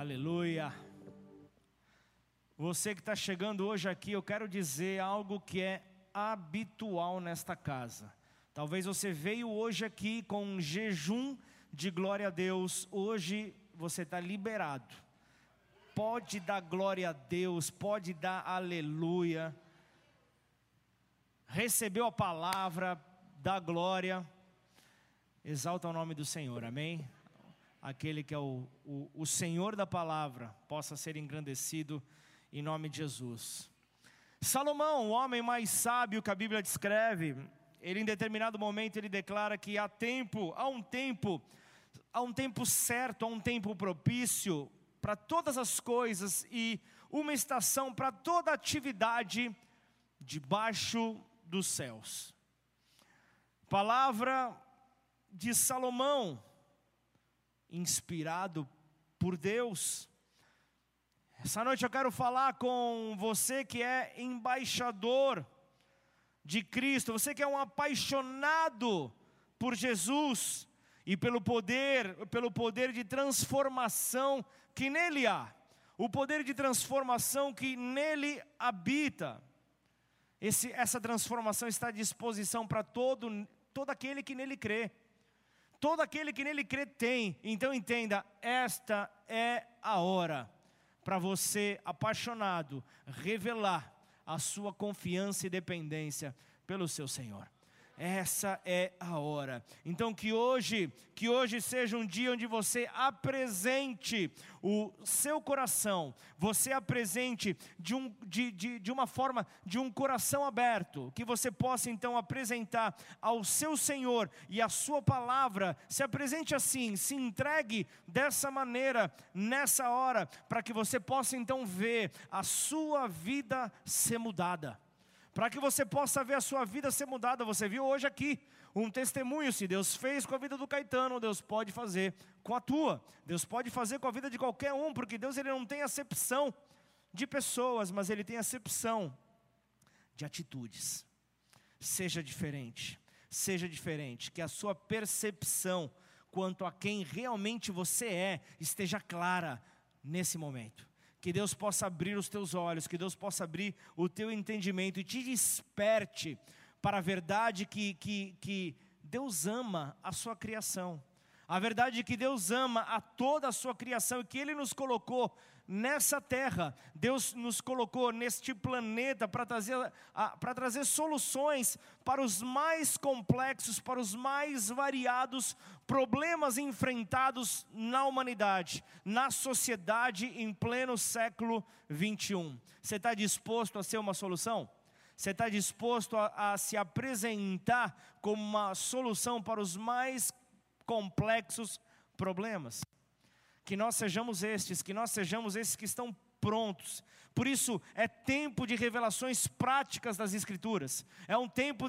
Aleluia. Você que está chegando hoje aqui, eu quero dizer algo que é habitual nesta casa. Talvez você veio hoje aqui com um jejum de glória a Deus. Hoje você está liberado. Pode dar glória a Deus, pode dar aleluia. Recebeu a palavra, dá glória. Exalta o nome do Senhor, amém? Aquele que é o Senhor da palavra, possa ser engrandecido em nome de Jesus. Salomão, o homem mais sábio que a Bíblia descreve, ele em determinado momento ele declara que há um tempo certo, há um tempo propício para todas as coisas e uma estação para toda atividade debaixo dos céus. Palavra de Salomão, inspirado por Deus. Essa noite eu quero falar com você que é embaixador de Cristo, você que é um apaixonado por Jesus e pelo poder de transformação que nele há, o poder de transformação que nele habita. Essa transformação está à disposição para todo aquele que nele crê. Todo aquele que nele crê tem. Então entenda, esta é a hora para você, apaixonado, revelar a sua confiança e dependência pelo seu Senhor. Essa é a hora. Então que hoje seja um dia onde você apresente o seu coração, você apresente de uma forma, de um coração aberto, que você possa então apresentar ao seu Senhor e a sua palavra, se apresente assim, se entregue dessa maneira, nessa hora, para que você possa então ver a sua vida ser mudada. Para que você possa ver a sua vida ser mudada. Você viu hoje aqui um testemunho. Se Deus fez com a vida do Caetano, Deus pode fazer com a tua. Deus pode fazer com a vida de qualquer um, porque Deus ele não tem acepção de pessoas, mas Ele tem acepção de atitudes. Seja diferente, que a sua percepção quanto a quem realmente você é esteja clara nesse momento. Que Deus possa abrir os teus olhos, que Deus possa abrir o teu entendimento e te desperte para a verdade que Deus ama a sua criação. A verdade é que Deus ama a toda a sua criação e que Ele nos colocou nessa terra. Deus nos colocou neste planeta para trazer soluções para os mais complexos, para os mais variados problemas enfrentados na humanidade, na sociedade em pleno século 21. Você está disposto a ser uma solução? Você está disposto a se apresentar como uma solução para os mais complexos problemas? Que nós sejamos estes que estão prontos. Por isso é tempo de revelações práticas das Escrituras. É um tempo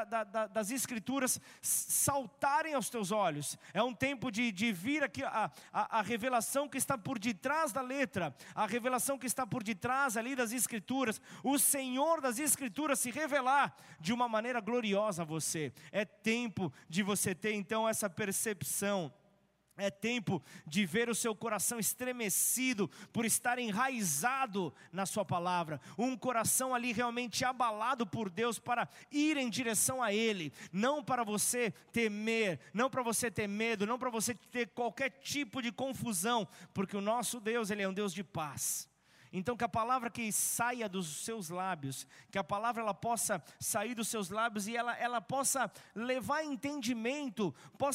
das Escrituras saltarem aos teus olhos. É um tempo de vir aqui a revelação que está por detrás da letra, a revelação que está por detrás ali das Escrituras, o Senhor das Escrituras se revelar de uma maneira gloriosa a você. É tempo de você ter então essa percepção. É tempo de ver o seu coração estremecido por estar enraizado na sua palavra. Um coração ali realmente abalado por Deus para ir em direção a Ele. Não para você temer, não para você ter medo, não para você ter qualquer tipo de confusão. Porque o nosso Deus, Ele é um Deus de paz. Então que a palavra que saia dos seus lábios, que a palavra ela possa sair dos seus lábios e ela possa levar entendimento,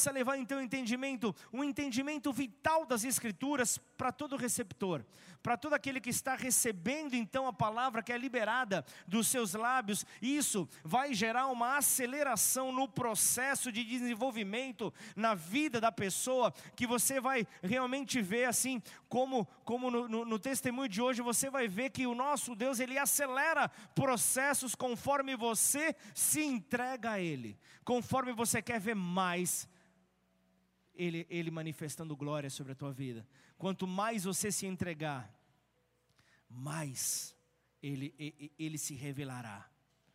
um entendimento vital das Escrituras para todo receptor, para todo aquele que está recebendo então a palavra que é liberada dos seus lábios. Isso vai gerar uma aceleração no processo de desenvolvimento na vida da pessoa, que você vai realmente ver assim, como no testemunho de hoje, você vai ver que o nosso Deus, Ele acelera processos conforme você se entrega a Ele, conforme você quer ver mais Ele manifestando glória sobre a tua vida. Quanto mais você se entregar, mais Ele se revelará.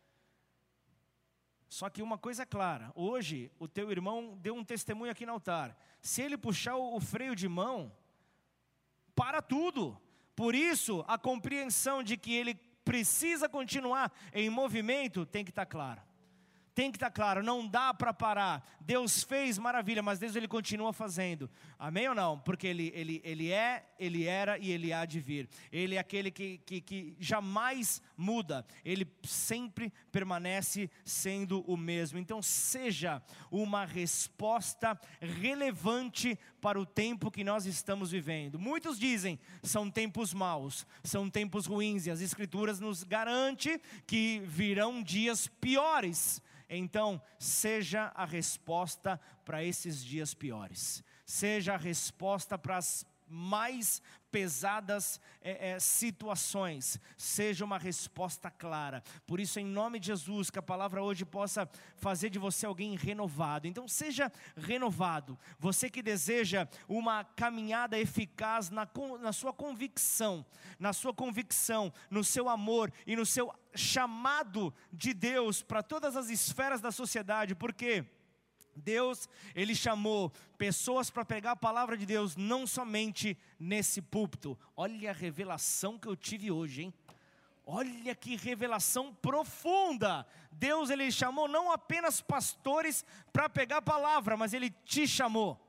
Só que uma coisa é clara, hoje o teu irmão deu um testemunho aqui no altar. Se ele puxar o freio de mão, para tudo. Por isso, a compreensão de que Ele precisa continuar em movimento tem que estar clara. Tem que estar claro, não dá para parar. Deus fez maravilha, mas Deus Ele continua fazendo. Amém ou não? Porque Ele é, Ele era e Ele há de vir. Ele é aquele que jamais muda. Ele sempre permanece sendo o mesmo. Então seja uma resposta relevante para o tempo que nós estamos vivendo. Muitos dizem, são tempos maus, são tempos ruins. E as Escrituras nos garantem que virão dias piores. Então, seja a resposta para esses dias piores. Seja a resposta para as mais pesadas situações. Seja uma resposta clara. Por isso, em nome de Jesus, que a palavra hoje possa fazer de você alguém renovado. Então, seja renovado. Você que deseja uma caminhada eficaz na sua convicção, no seu amor e no seu chamado de Deus para todas as esferas da sociedade, porque Deus, Ele chamou pessoas para pegar a palavra de Deus, não somente nesse púlpito. Olha a revelação que eu tive hoje, hein? Olha que revelação profunda. Deus, Ele chamou não apenas pastores para pegar a palavra, mas Ele te chamou.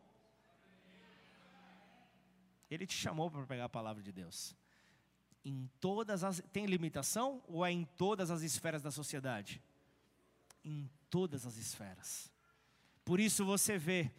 Ele te chamou para pegar a palavra de Deus. Tem limitação ou é em todas as esferas da sociedade? Em todas as esferas. Por isso você vê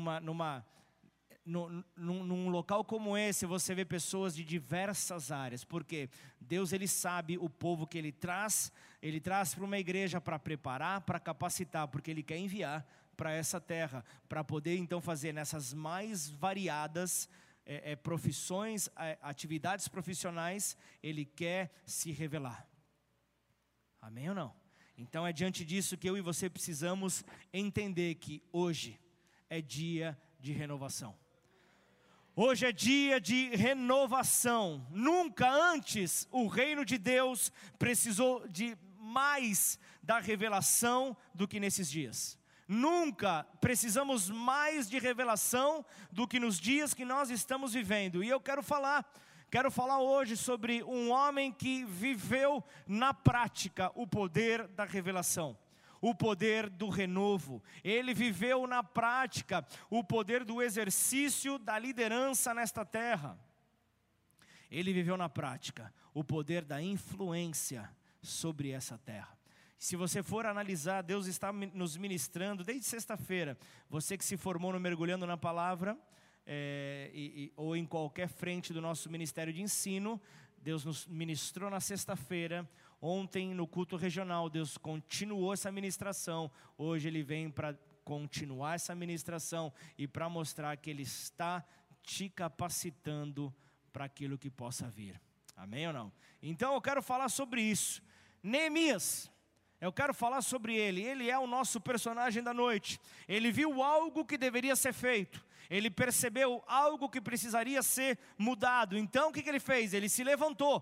num local como esse, você vê pessoas de diversas áreas, porque Deus Ele sabe o povo que Ele traz para uma igreja para preparar, para capacitar, porque Ele quer enviar para essa terra, para poder então fazer nessas mais variadas profissões, atividades profissionais, Ele quer se revelar. Amém ou não? Então é diante disso que eu e você precisamos entender que hoje é dia de renovação. Hoje é dia de renovação. Nunca antes o reino de Deus precisou de mais da revelação do que nesses dias. Nunca precisamos mais de revelação do que nos dias que nós estamos vivendo. E eu quero falar hoje sobre um homem que viveu na prática o poder da revelação, o poder do renovo. Ele viveu na prática o poder do exercício da liderança nesta terra. Ele viveu na prática o poder da influência sobre essa terra. Se você for analisar, Deus está nos ministrando desde sexta-feira. Você que se formou no Mergulhando na Palavra, ou em qualquer frente do nosso ministério de ensino, Deus nos ministrou na sexta-feira. Ontem no culto regional Deus continuou essa ministração. Hoje Ele vem para continuar essa ministração e para mostrar que Ele está te capacitando para aquilo que possa vir. Amém ou não? Então eu quero falar sobre isso. Neemias, eu quero falar sobre ele. Ele é o nosso personagem da noite. Ele viu algo que deveria ser feito. Ele percebeu algo que precisaria ser mudado. Então o que ele fez? Ele se levantou,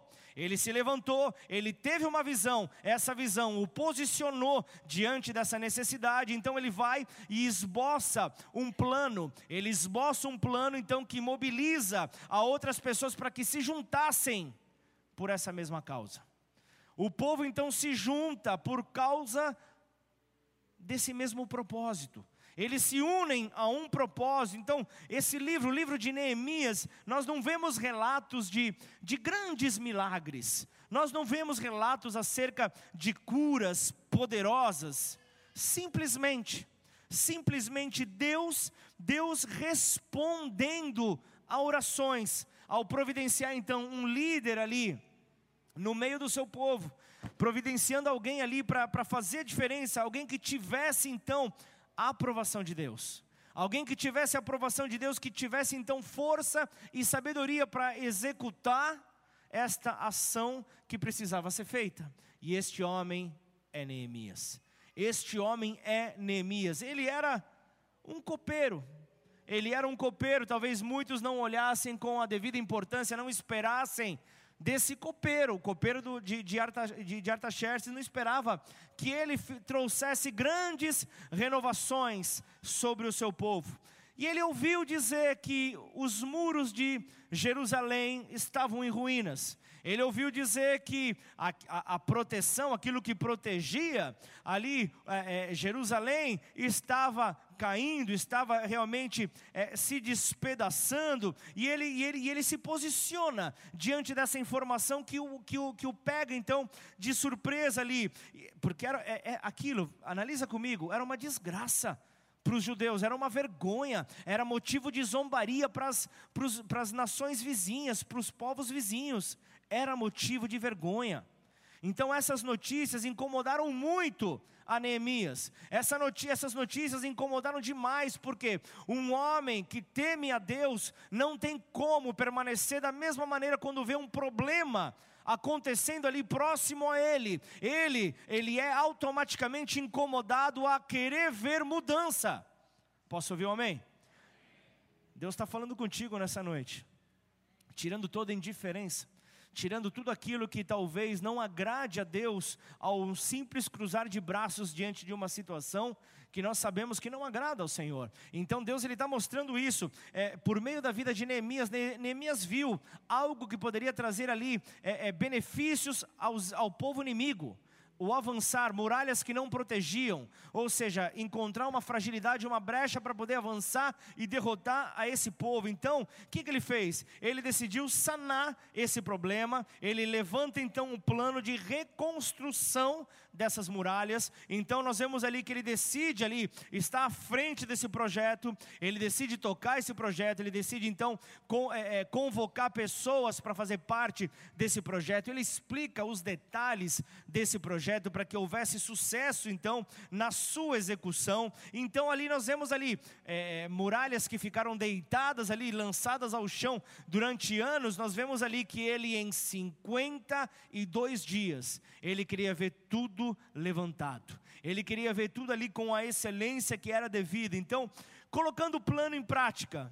ele teve uma visão. Essa visão o posicionou diante dessa necessidade. Então ele vai e esboça um plano. Ele esboça um plano então que mobiliza a outras pessoas para que se juntassem por essa mesma causa. O povo então se junta por causa desse mesmo propósito. Eles se unem a um propósito. Então, esse livro, o livro de Neemias, nós não vemos relatos de grandes milagres. Nós não vemos relatos acerca de curas poderosas. Simplesmente Deus respondendo a orações, ao providenciar então um líder ali no meio do seu povo, providenciando alguém ali para fazer a diferença, alguém que tivesse então a aprovação de Deus, alguém que tivesse a aprovação de Deus, que tivesse então força e sabedoria para executar esta ação que precisava ser feita. E este homem é Neemias. Ele era um copeiro. Talvez muitos não olhassem com a devida importância, não esperassem desse copeiro. O copeiro de Artaxerxes não esperava que ele trouxesse grandes renovações sobre o seu povo. E ele ouviu dizer que os muros de Jerusalém estavam em ruínas. Ele ouviu dizer que a proteção, aquilo que protegia ali Jerusalém, estava caindo, estava realmente se despedaçando. E ele se posiciona diante dessa informação que o pega então de surpresa ali. Porque era aquilo, analisa comigo, era uma desgraça para os judeus, era uma vergonha, era motivo de zombaria para as nações vizinhas, para os povos vizinhos, era motivo de vergonha. Então essas notícias incomodaram muito a Neemias. Essas notícias incomodaram demais, porque um homem que teme a Deus não tem como permanecer da mesma maneira quando vê um problema acontecendo ali próximo a ele. Ele é automaticamente incomodado a querer ver mudança. Posso ouvir um amém? Deus está falando contigo nessa noite, tirando toda a indiferença, tirando tudo aquilo que talvez não agrade a Deus, ao simples cruzar de braços diante de uma situação que nós sabemos que não agrada ao Senhor. Então Deus está mostrando isso, por meio da vida de Neemias. Neemias viu algo que poderia trazer ali benefícios ao povo inimigo. O avançar, muralhas que não protegiam, ou seja, encontrar uma fragilidade, uma brecha para poder avançar e derrotar a esse povo. Então, o que ele fez? Ele decidiu sanar esse problema. Ele levanta então um plano de reconstrução dessas muralhas. Então nós vemos ali que ele decide ali estar à frente desse projeto, ele decide tocar esse projeto, ele decide então convocar pessoas para fazer parte desse projeto. Ele explica os detalhes desse projeto para que houvesse sucesso então na sua execução. Então ali nós vemos ali muralhas que ficaram deitadas ali, lançadas ao chão durante anos. Nós vemos ali que ele em 52 dias, ele queria ver tudo levantado. Ele queria ver tudo ali com a excelência que era devida. Então, colocando o plano em prática,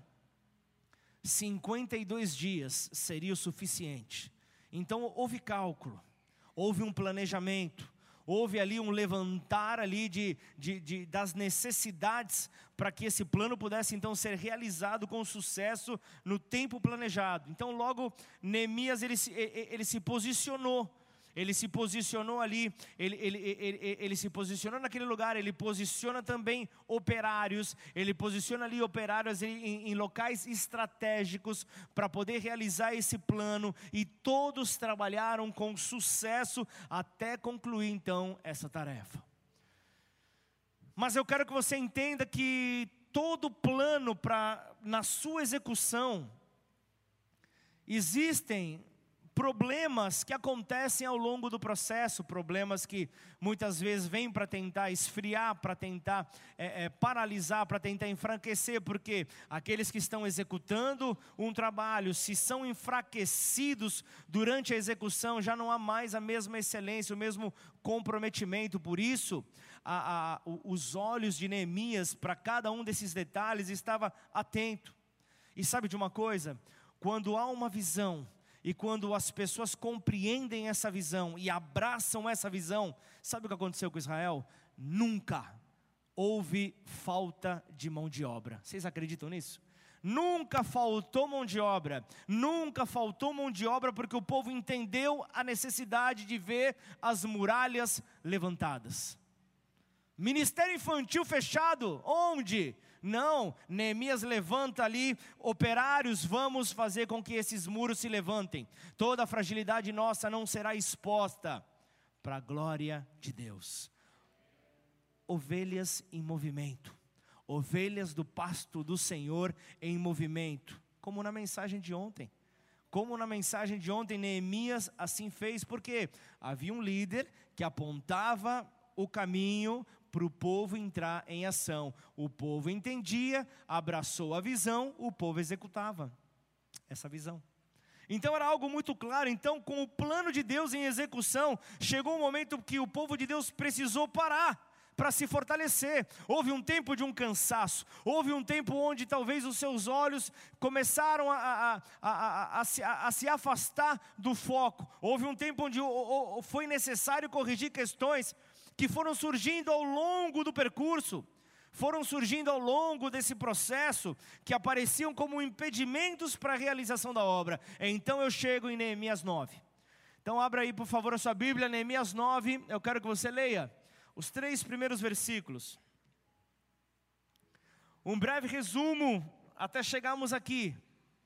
52 dias seria o suficiente. Então houve cálculo, houve um planejamento, houve ali um levantar ali das necessidades para que esse plano pudesse então ser realizado com sucesso no tempo planejado. Então logo Neemias ele se posicionou. Ele se posicionou ali, ele se posicionou naquele lugar. Ele posiciona também operários, ele posiciona ali operários em locais estratégicos para poder realizar esse plano, e todos trabalharam com sucesso até concluir então essa tarefa. Mas eu quero que você entenda que todo plano na sua execução, existem problemas que acontecem ao longo do processo, problemas que muitas vezes vêm para tentar esfriar, para tentar paralisar, para tentar enfraquecer, porque aqueles que estão executando um trabalho, se são enfraquecidos durante a execução, já não há mais a mesma excelência, o mesmo comprometimento. Por isso, os olhos de Neemias para cada um desses detalhes estava atento. E sabe de uma coisa? Quando há uma visão, e quando as pessoas compreendem essa visão e abraçam essa visão, sabe o que aconteceu com Israel? Nunca houve falta de mão de obra. Vocês acreditam nisso? Nunca faltou mão de obra. Nunca faltou mão de obra, porque o povo entendeu a necessidade de ver as muralhas levantadas. Ministério infantil fechado, onde? Não, Neemias levanta ali operários, vamos fazer com que esses muros se levantem. Toda a fragilidade nossa não será exposta, para a glória de Deus. Ovelhas em movimento, ovelhas do pasto do Senhor em movimento, como na mensagem de ontem. Neemias assim fez, porque havia um líder que apontava o caminho para o povo entrar em ação. O povo entendia, abraçou a visão, o povo executava essa visão. Então era algo muito claro. Então, com o plano de Deus em execução, chegou um momento que o povo de Deus precisou parar para se fortalecer. Houve um tempo de um cansaço, houve um tempo onde talvez os seus olhos começaram a se afastar do foco. Houve um tempo onde foi necessário corrigir questões que foram surgindo ao longo do percurso. foram surgindo ao longo desse processo, que apareciam como impedimentos para a realização da obra. Então eu chego em Neemias 9. Então abra aí por favor a sua Bíblia, Neemias 9, eu quero que você leia os 3 primeiros versículos. Um breve resumo até chegarmos aqui.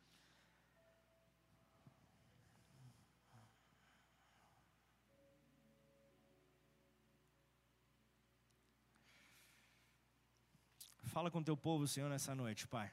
Fala com o teu povo, Senhor, nessa noite, Pai.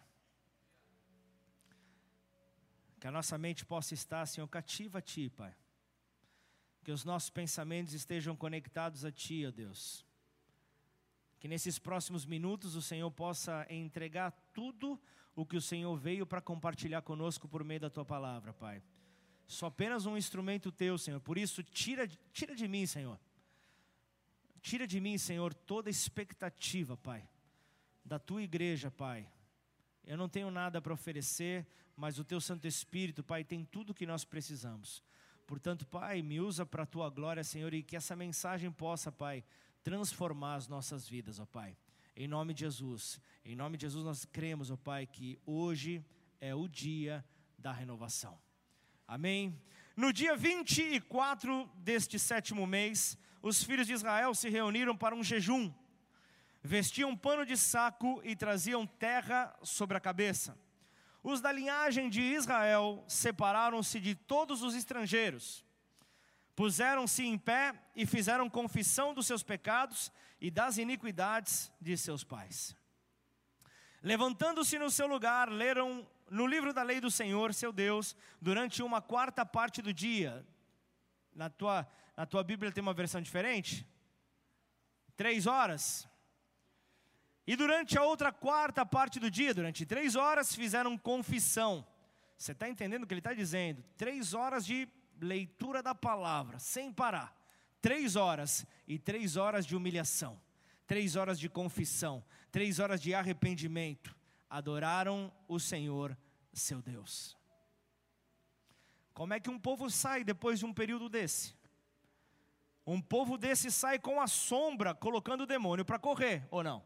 Que a nossa mente possa estar, Senhor, cativa a Ti, Pai. Que os nossos pensamentos estejam conectados a Ti, ó Deus. Que nesses próximos minutos o Senhor possa entregar tudo o que o Senhor veio para compartilhar conosco por meio da Tua palavra, Pai. Sou apenas um instrumento Teu, Senhor. Por isso, tira de mim, Senhor. Tira de mim, Senhor, toda expectativa, Pai, da Tua igreja, Pai. Eu não tenho nada para oferecer, mas o Teu Santo Espírito, Pai, tem tudo o que nós precisamos. Portanto, Pai, me usa para a Tua glória, Senhor, e que essa mensagem possa, Pai, transformar as nossas vidas, ó Pai. Em nome de Jesus. Em nome de Jesus nós cremos, ó Pai, que hoje é o dia da renovação. Amém? No dia 24 deste 7º mês, os filhos de Israel se reuniram para um jejum. Vestiam pano de saco e traziam terra sobre a cabeça. Os da linhagem de Israel separaram-se de todos os estrangeiros. Puseram-se em pé e fizeram confissão dos seus pecados e das iniquidades de seus pais. Levantando-se no seu lugar, leram no livro da lei do Senhor, seu Deus, durante 1/4 parte do dia. Na tua Bíblia tem uma versão diferente? 3 horas. E durante a outra 4ª parte do dia, durante 3 horas, fizeram confissão. Você está entendendo o que ele está dizendo? 3 horas de leitura da palavra, sem parar. 3 horas e 3 horas de humilhação. 3 horas de confissão. 3 horas de arrependimento. Adoraram o Senhor, seu Deus. Como é que um povo sai depois de um período desse? Um povo desse sai com a sombra, colocando o demônio para correr, ou não?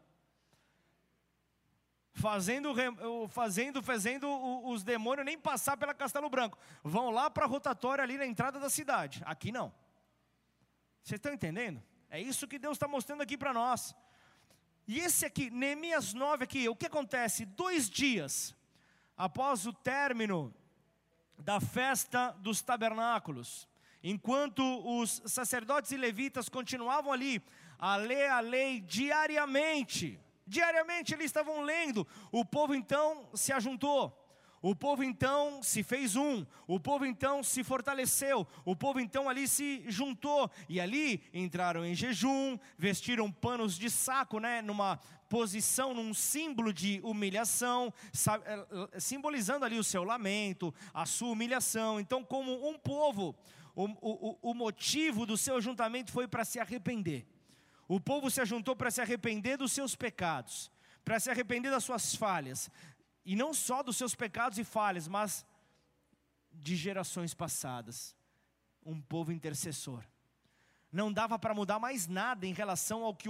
Fazendo os demônios nem passar pela Castelo Branco. Vão lá para a rotatória ali na entrada da cidade. Aqui não. Vocês estão entendendo? É isso que Deus está mostrando aqui para nós. E esse aqui, Neemias 9 aqui, o que acontece? 2 dias após o término da festa dos tabernáculos, enquanto os sacerdotes e levitas continuavam ali a ler a lei diariamente eles estavam lendo, o povo então se ajuntou, o povo então se fez o povo então se fortaleceu, o povo então ali se juntou, e ali entraram em jejum, vestiram panos de saco, numa posição, num símbolo de humilhação, simbolizando ali o seu lamento, a sua humilhação. Então, como um povo, o motivo do seu ajuntamento foi para se arrepender. O povo se ajuntou para se arrepender dos seus pecados, para se arrepender das suas falhas, e não só dos seus pecados e falhas, mas de gerações passadas. Um povo intercessor. Não dava para mudar mais nada em relação ao que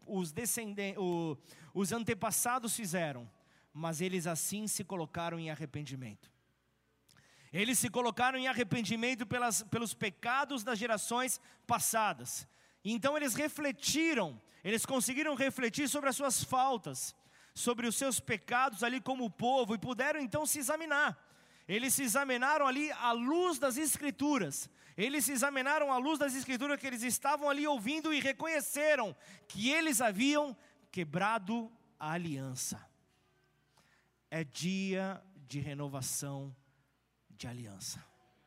os antepassados fizeram, mas eles assim se colocaram em arrependimento. Eles se colocaram em arrependimento pelos pecados das gerações passadas. Então eles conseguiram refletir sobre as suas faltas, sobre os seus pecados ali como povo, e puderam então se examinar. Eles se examinaram ali à luz das Escrituras. Eles se examinaram à luz das Escrituras que eles estavam ali ouvindo, e reconheceram que eles haviam quebrado a aliança. É dia de renovação de aliança.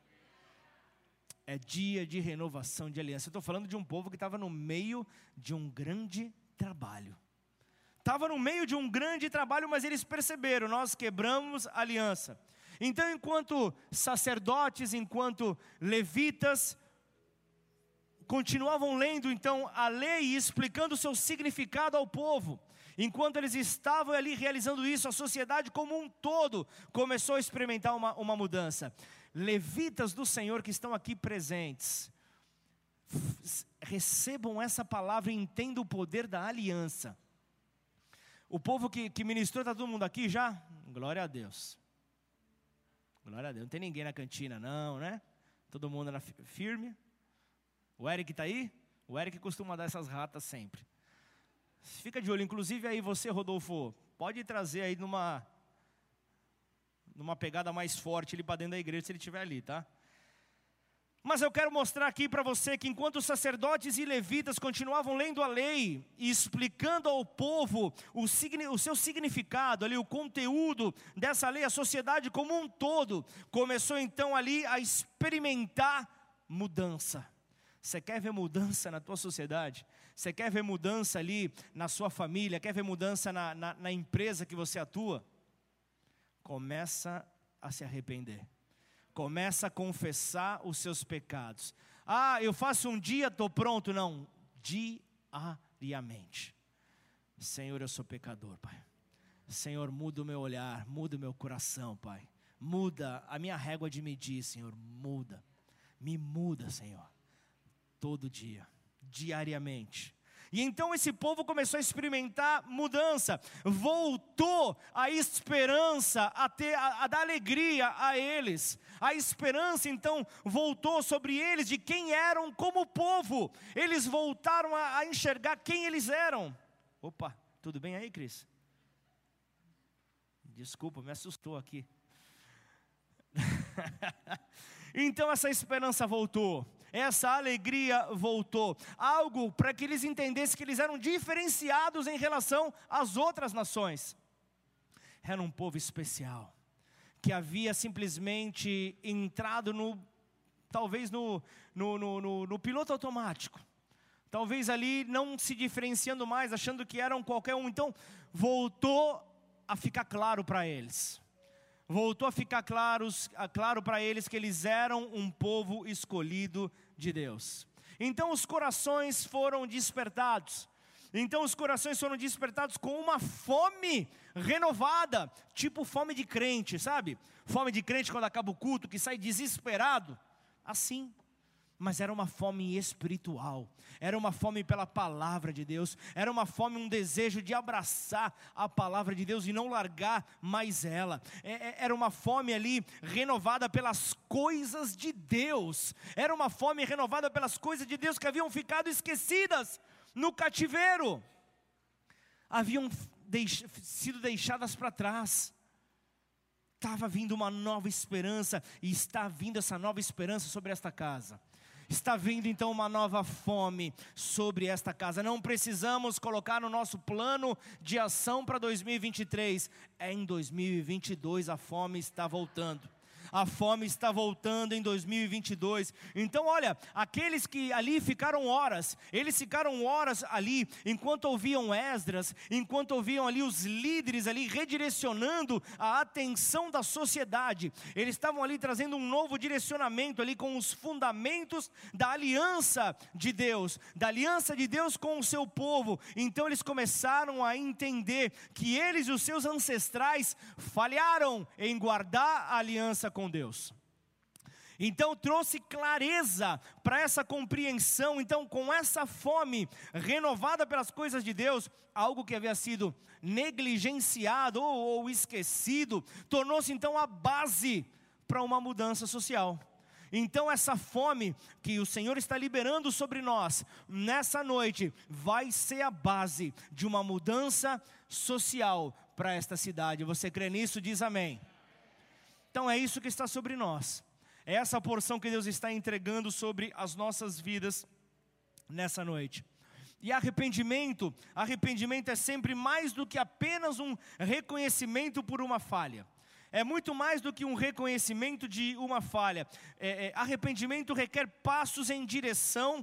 É dia de renovação de aliança. Eu estou falando de um povo que estava no meio de um grande trabalho. Estava no meio de um grande trabalho, mas eles perceberam: nós quebramos a aliança. Então, enquanto sacerdotes, enquanto levitas, continuavam lendo então a lei e explicando o seu significado ao povo. Enquanto eles estavam ali realizando isso, a sociedade como um todo começou a experimentar uma mudança. Levitas do Senhor que estão aqui presentes, recebam essa palavra e entendam o poder da aliança. O povo que ministrou, está todo mundo aqui já? Glória a Deus. Glória a Deus. Não tem ninguém na cantina não, né? Todo mundo firme. O Eric está aí? O Eric costuma dar essas ratas sempre. Fica de olho. Inclusive aí você, Rodolfo, pode trazer aí numa pegada mais forte ele para dentro da igreja se ele estiver ali, tá? Mas eu quero mostrar aqui para você que enquanto os sacerdotes e levitas continuavam lendo a lei e explicando ao povo o seu significado, ali, o conteúdo dessa lei, a sociedade como um todo começou então ali a experimentar mudança. Você quer ver mudança na tua sociedade? Você quer ver mudança ali na sua família? Quer ver mudança na empresa que você atua? Começa a se arrepender. Começa a confessar os seus pecados. Ah, eu faço um dia, estou pronto. Não, diariamente. Senhor, eu sou pecador, Pai. Senhor, muda o meu olhar, muda o meu coração, Pai. Muda a minha régua de medir, Senhor, muda. Me muda, Senhor. Todo dia, diariamente. E então esse povo começou a experimentar mudança, voltou a esperança a dar alegria a eles. A esperança então voltou sobre eles de quem eram como povo. Eles voltaram a enxergar quem eles eram. Opa, tudo bem aí, Cris? Desculpa, me assustou aqui. Então essa esperança voltou. Essa alegria voltou, algo para que eles entendessem que eles eram diferenciados em relação às outras nações. Era um povo especial, que havia simplesmente entrado talvez no piloto automático, talvez ali não se diferenciando mais, achando que eram qualquer um. Então voltou a ficar claro para eles. Voltou a ficar claro para eles que eles eram um povo escolhido de Deus. Então os corações foram despertados. Com uma fome renovada, tipo fome de crente, sabe? Fome de crente quando acaba o culto, que sai desesperado. Assim. Mas era uma fome espiritual, era uma fome pela palavra de Deus, era uma fome, um desejo de abraçar a palavra de Deus e não largar mais ela. Era uma fome ali renovada pelas coisas de Deus, era uma fome renovada pelas coisas de Deus que haviam ficado esquecidas no cativeiro, haviam sido deixadas para trás. Estava vindo uma nova esperança, e está vindo essa nova esperança sobre esta casa. Está vindo então uma nova fome sobre esta casa. Não precisamos colocar no nosso plano de ação para 2023. Em 2022 a fome está voltando. A fome está voltando em 2022. Então olha, aqueles que ali ficaram horas, eles ficaram horas ali, enquanto ouviam Esdras, enquanto ouviam ali os líderes ali, redirecionando a atenção da sociedade. Eles estavam ali trazendo um novo direcionamento ali, com os fundamentos da aliança de Deus com o seu povo. Então eles começaram a entender que eles e os seus ancestrais falharam em guardar a aliança com Deus. Então trouxe clareza para essa compreensão. Então, com essa fome renovada pelas coisas de Deus, algo que havia sido negligenciado ou esquecido, tornou-se então a base para uma mudança social. Então essa fome que o Senhor está liberando sobre nós nessa noite vai ser a base de uma mudança social para esta cidade. Você crê nisso? Diz amém. Então é isso que está sobre nós. É essa porção que Deus está entregando sobre as nossas vidas nessa noite. E arrependimento é sempre mais do que apenas um reconhecimento por uma falha. É muito mais do que um reconhecimento de uma falha. Arrependimento requer passos em direção,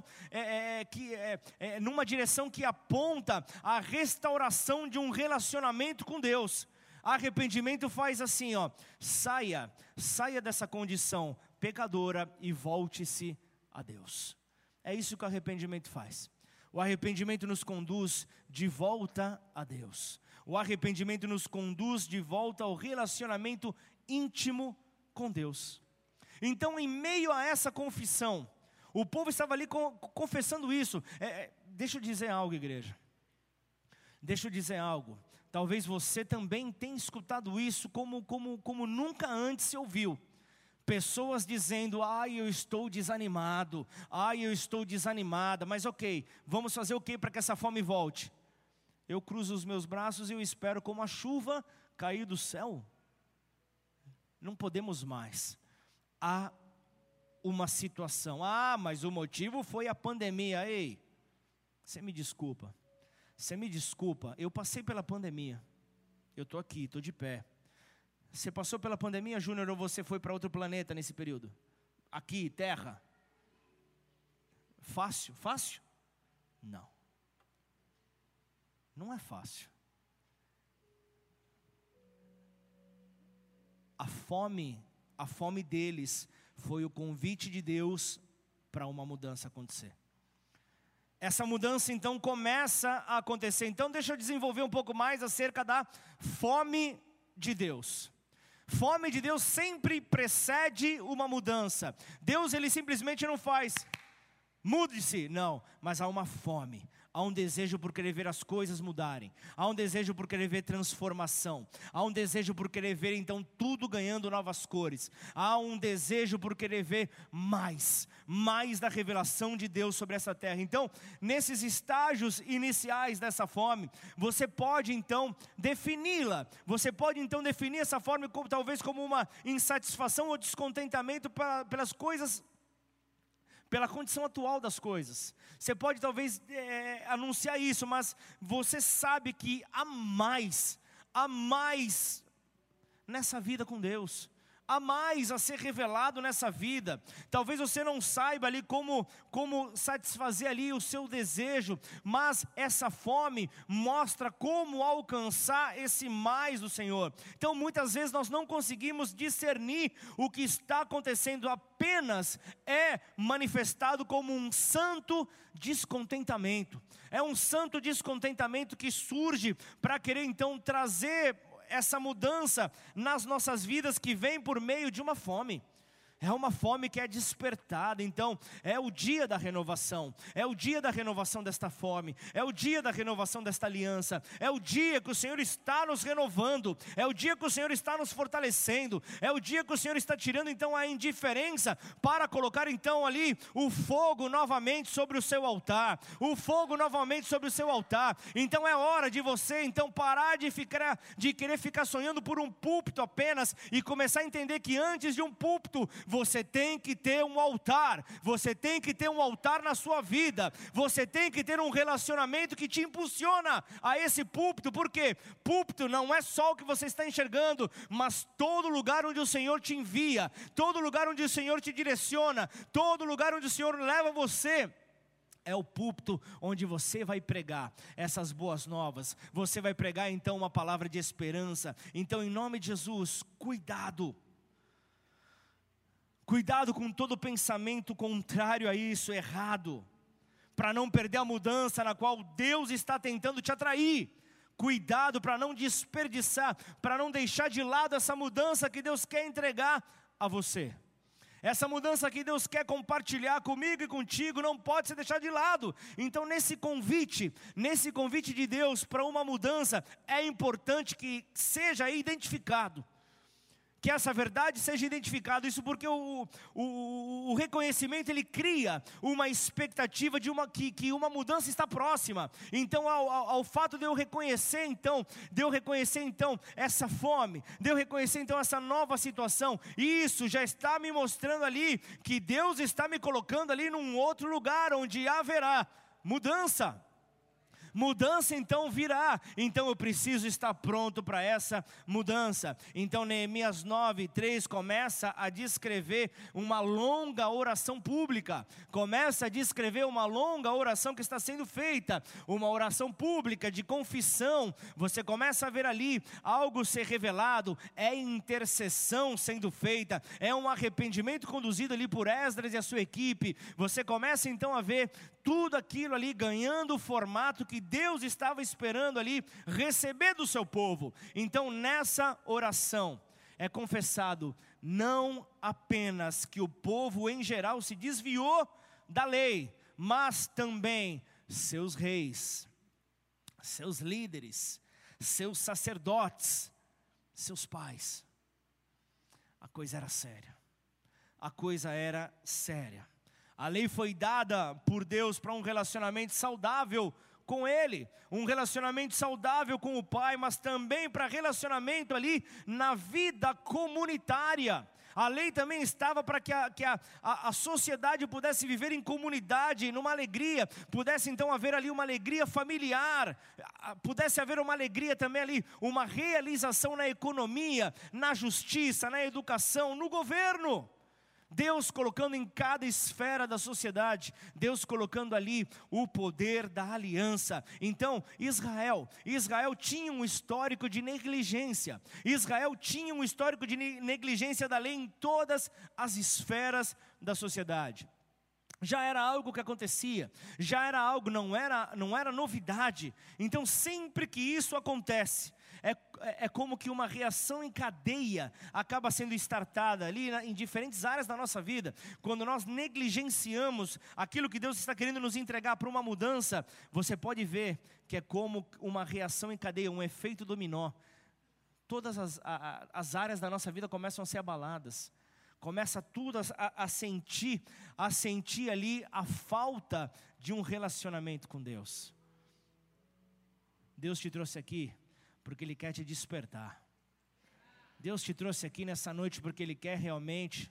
numa direção que aponta à restauração de um relacionamento com Deus. Arrependimento faz assim, saia dessa condição pecadora e volte-se a Deus. É isso que o arrependimento faz. O arrependimento nos conduz de volta a Deus. O arrependimento nos conduz de volta ao relacionamento íntimo com Deus. Então, em meio a essa confissão, o povo estava ali confessando isso. Deixa eu dizer algo, igreja. Deixa eu dizer algo. talvez você também tenha escutado isso como nunca antes se ouviu. Pessoas dizendo, eu estou desanimado, eu estou desanimada, mas ok, vamos fazer o que para que essa fome volte? Eu cruzo os meus braços e eu espero como a chuva cair do céu. Não podemos mais. Há uma situação, mas o motivo foi a pandemia. Ei, você me desculpa, eu passei pela pandemia, eu estou aqui, estou de pé. Você passou pela pandemia, Júnior, ou você foi para outro planeta nesse período? Aqui, terra. Fácil? Não. Não é fácil. A fome deles foi o convite de Deus para uma mudança acontecer. Essa mudança então começa a acontecer. Então deixa eu desenvolver um pouco mais acerca da fome de Deus. Fome de Deus sempre precede uma mudança. Deus, ele simplesmente não faz, mude-se, não, mas há uma fome. Há um desejo por querer ver as coisas mudarem. Há um desejo por querer ver transformação. Há um desejo por querer ver então tudo ganhando novas cores. Há um desejo por querer ver mais da revelação de Deus sobre essa terra. Então, nesses estágios iniciais dessa fome, você pode então defini-la. Você pode então definir essa fome talvez como uma insatisfação ou descontentamento pelas coisas, pela condição atual das coisas. Você pode talvez anunciar isso, mas você sabe que há mais nessa vida com Deus. Há mais a ser revelado nessa vida. Talvez você não saiba ali como satisfazer ali o seu desejo, mas essa fome mostra como alcançar esse mais do Senhor. Então muitas vezes nós não conseguimos discernir o que está acontecendo, apenas é manifestado como um santo descontentamento. É um santo descontentamento que surge para querer então trazer essa mudança nas nossas vidas, que vem por meio de uma fome. É uma fome que é despertada. Então é o dia da renovação. É o dia da renovação desta fome. É o dia da renovação desta aliança. É o dia que o Senhor está nos renovando. É o dia que o Senhor está nos fortalecendo. É o dia que o Senhor está tirando então a indiferença, para colocar então ali o fogo novamente sobre o seu altar. O fogo novamente sobre o seu altar. Então é hora de você então parar de querer ficar sonhando por um púlpito apenas, e começar a entender que antes de um púlpito você tem que ter um altar. Você tem que ter um altar na sua vida. Você tem que ter um relacionamento que te impulsiona a esse púlpito. Porque púlpito não é só o que você está enxergando, mas todo lugar onde o Senhor te envia, todo lugar onde o Senhor te direciona, todo lugar onde o Senhor leva você. É o púlpito onde você vai pregar essas boas novas. Você vai pregar então uma palavra de esperança. Então, em nome de Jesus, cuidado. Cuidado com todo pensamento contrário a isso, errado, para não perder a mudança na qual Deus está tentando te atrair. Cuidado para não desperdiçar, para não deixar de lado essa mudança que Deus quer entregar a você. Essa mudança que Deus quer compartilhar comigo e contigo não pode ser deixada de lado. Então nesse convite de Deus para uma mudança, é importante que seja identificado. Que essa verdade seja identificada. Isso porque o reconhecimento, ele cria uma expectativa de que uma mudança está próxima. Então ao fato de eu reconhecer então essa fome, de eu reconhecer então essa nova situação, isso já está me mostrando ali que Deus está me colocando ali num outro lugar onde haverá mudança. Mudança então virá, então eu preciso estar pronto para essa mudança. Então Neemias 9:3 começa a descrever uma longa oração pública, começa a descrever uma longa oração que está sendo feita, uma oração pública de confissão. Você começa a ver ali algo ser revelado, é intercessão sendo feita, é um arrependimento conduzido ali por Esdras e a sua equipe. Você começa então a ver tudo aquilo ali ganhando o formato que Deus estava esperando ali receber do seu povo. Então nessa oração é confessado não apenas que o povo em geral se desviou da lei, mas também seus reis, seus líderes, seus sacerdotes, seus pais. A coisa era séria. A coisa era séria. A lei foi dada por Deus para um relacionamento saudável com Ele, um relacionamento saudável com o Pai, mas também para relacionamento ali na vida comunitária. A lei também estava para que a sociedade pudesse viver em comunidade, numa alegria, pudesse então haver ali uma alegria familiar, pudesse haver uma alegria também ali, uma realização na economia, na justiça, na educação, no governo. Deus colocando em cada esfera da sociedade, Deus colocando ali o poder da aliança. Então Israel tinha um histórico de negligência. Israel tinha um histórico de negligência da lei em todas as esferas da sociedade. Já era algo que acontecia, já era algo, não era novidade. Então sempre que isso acontece, é como que uma reação em cadeia acaba sendo startada ali em diferentes áreas da nossa vida. Quando nós negligenciamos aquilo que Deus está querendo nos entregar para uma mudança, você pode ver que é como uma reação em cadeia, um efeito dominó. Todas as áreas da nossa vida começam a ser abaladas. Começa tudo a sentir ali a falta de um relacionamento com Deus. Deus te trouxe aqui porque Ele quer te despertar. Deus te trouxe aqui nessa noite porque Ele quer realmente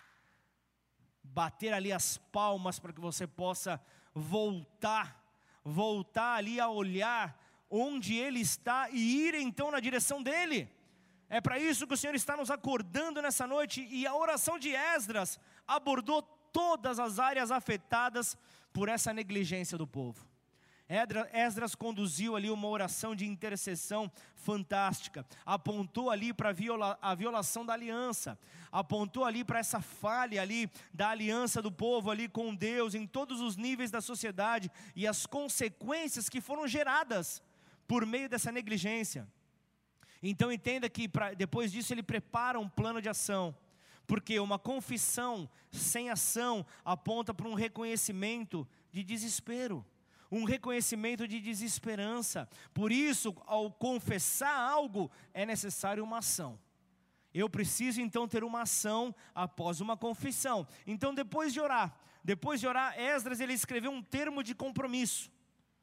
bater ali as palmas para que você possa voltar ali a olhar onde Ele está e ir então na direção dEle. É para isso que o Senhor está nos acordando nessa noite, e a oração de Esdras abordou todas as áreas afetadas por essa negligência do povo. Esdras conduziu ali uma oração de intercessão fantástica, apontou ali para a violação da aliança, apontou ali para essa falha ali da aliança do povo ali com Deus em todos os níveis da sociedade e as consequências que foram geradas por meio dessa negligência. Então entenda que depois disso ele prepara um plano de ação, porque uma confissão sem ação aponta para um reconhecimento de desespero, um reconhecimento de desesperança. Por isso, ao confessar algo, é necessário uma ação. Eu preciso então ter uma ação após uma confissão. Então depois de orar, Esdras ele escreveu um termo de compromisso.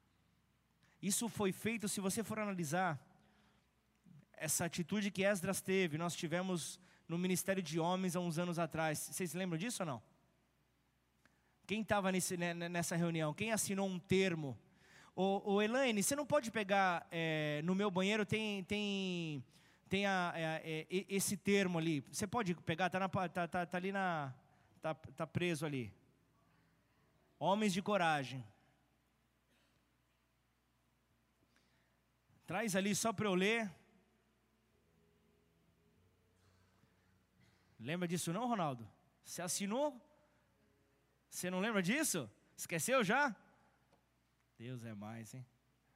Isso foi feito, se você for analisar, essa atitude que Esdras teve, nós tivemos no Ministério de Homens há uns anos atrás. Vocês lembram disso ou não? Quem estava nessa reunião? Quem assinou um termo? Ô Elaine, você não pode pegar, no meu banheiro tem esse termo ali. Você pode pegar, tá ali tá preso ali. Homens de coragem. Traz ali só para eu ler. Lembra disso não, Ronaldo? Você assinou? Você não lembra disso? Esqueceu já? Deus é mais, hein?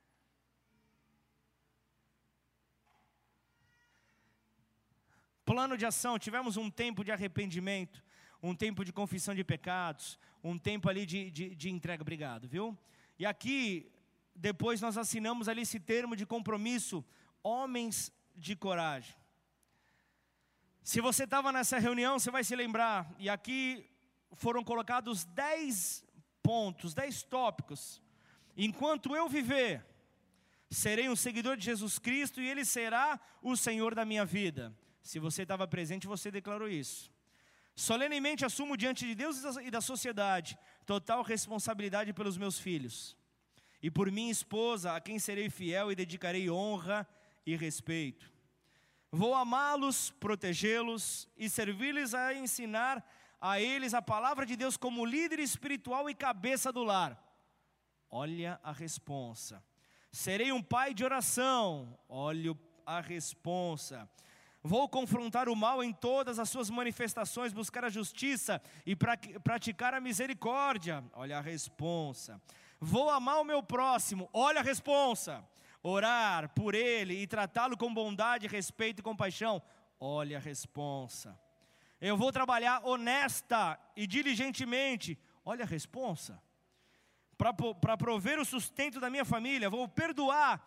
Plano de ação, tivemos um tempo de arrependimento, um tempo de confissão de pecados, um tempo ali de entrega, obrigado, viu? E aqui, depois nós assinamos ali esse termo de compromisso, homens de coragem. Se você estava nessa reunião, você vai se lembrar, e aqui foram colocados 10 pontos, 10 tópicos. Enquanto eu viver, serei um seguidor de Jesus Cristo e Ele será o Senhor da minha vida. Se você estava presente, você declarou isso. Solenemente assumo diante de Deus e da sociedade total responsabilidade pelos meus filhos. E por minha esposa, a quem serei fiel e dedicarei honra e respeito. Vou amá-los, protegê-los e servir-lhes a ensinar a eles a palavra de Deus como líder espiritual e cabeça do lar. Olha a responsa. Serei um pai de oração. Olha a responsa. Vou confrontar o mal em todas as suas manifestações, buscar a justiça e praticar a misericórdia. Olha a responsa. Vou amar o meu próximo. Olha a responsa. Orar por ele e tratá-lo com bondade, respeito e compaixão. Olha a responsa. Eu vou trabalhar honesta e diligentemente. Olha a responsa. Para prover o sustento da minha família. Vou perdoar.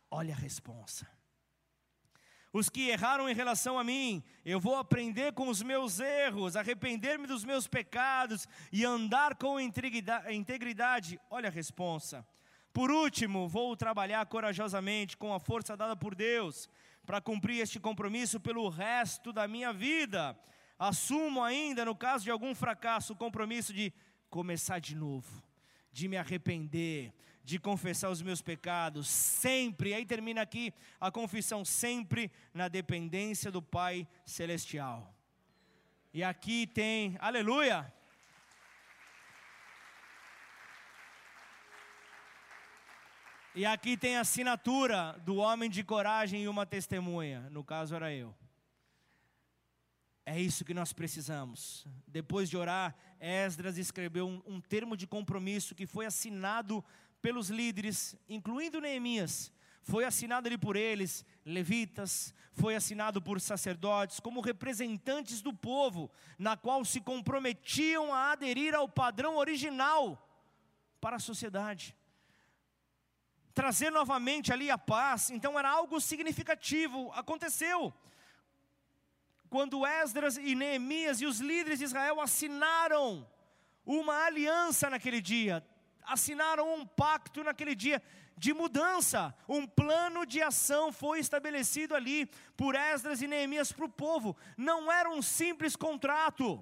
Olha a responsa. Os que erraram em relação a mim, eu vou aprender com os meus erros, arrepender-me dos meus pecados e andar com integridade. Olha a responsa. Por último, vou trabalhar corajosamente com a força dada por Deus para cumprir este compromisso pelo resto da minha vida. Assumo ainda, no caso de algum fracasso, o compromisso de começar de novo, de me arrepender, de confessar os meus pecados, sempre, aí termina aqui a confissão, sempre na dependência do Pai Celestial. E aqui tem, aleluia! E aqui tem a assinatura do homem de coragem e uma testemunha, no caso era eu. É isso que nós precisamos. Depois de orar, Esdras escreveu um termo de compromisso que foi assinado pelos líderes, incluindo Neemias. Foi assinado ali por eles, levitas, foi assinado por sacerdotes, como representantes do povo, na qual se comprometiam a aderir ao padrão original para a sociedade. Trazer novamente ali a paz, então era algo significativo, aconteceu. Quando Esdras e Neemias e os líderes de Israel assinaram uma aliança naquele dia, assinaram um pacto naquele dia de mudança, um plano de ação foi estabelecido ali por Esdras e Neemias para o povo. Não era um simples contrato,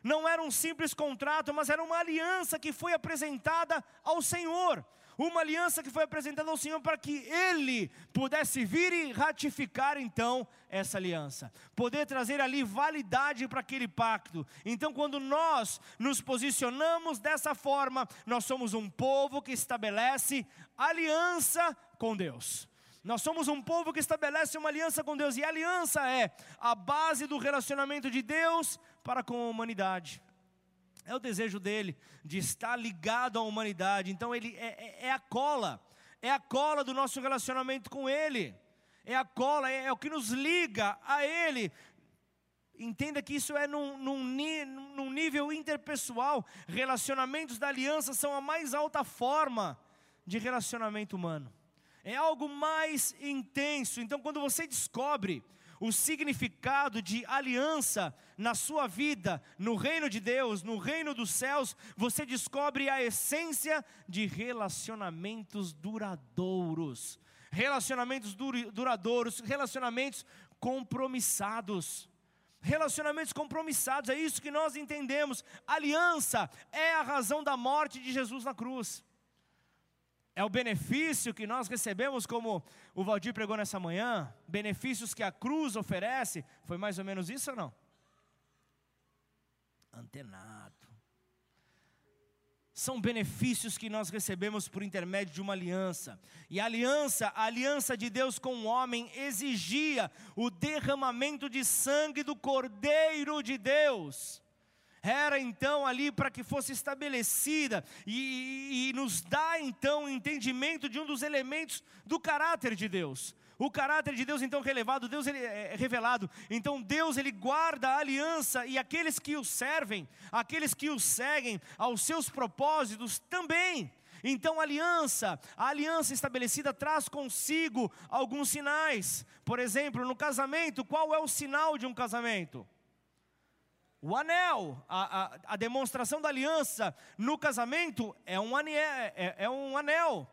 mas era uma aliança que foi apresentada ao Senhor. Uma aliança que foi apresentada ao Senhor para que Ele pudesse vir e ratificar então essa aliança. Poder trazer ali validade para aquele pacto. Então quando nós nos posicionamos dessa forma, nós somos um povo que estabelece aliança com Deus. Nós somos um povo que estabelece uma aliança com Deus. E a aliança é a base do relacionamento de Deus para com a humanidade. É o desejo dele, de estar ligado à humanidade. Então ele é a cola do nosso relacionamento com ele. É a cola, é o que nos liga a ele. Entenda que isso é num nível interpessoal. Relacionamentos da aliança são a mais alta forma de relacionamento humano. É algo mais intenso. Então quando você descobre o significado de aliança na sua vida, no reino de Deus, no reino dos céus, você descobre a essência de relacionamentos duradouros. Relacionamentos duradouros, relacionamentos compromissados. Relacionamentos compromissados, é isso que nós entendemos. Aliança é a razão da morte de Jesus na cruz. É o benefício que nós recebemos, como o Valdir pregou nessa manhã, benefícios que a cruz oferece. Foi mais ou menos isso ou não? Antenado. São benefícios que nós recebemos por intermédio de uma aliança. E a aliança de Deus com o homem exigia o derramamento de sangue do Cordeiro de Deus. Era então ali para que fosse estabelecida e nos dá então o entendimento de um dos elementos do caráter de Deus. O caráter de Deus então Deus ele é revelado. Então Deus ele guarda a aliança e aqueles que o servem, aqueles que o seguem aos seus propósitos também. Então a aliança estabelecida traz consigo alguns sinais. Por exemplo, no casamento, qual é o sinal de um casamento? O anel, a demonstração da aliança no casamento é um anel.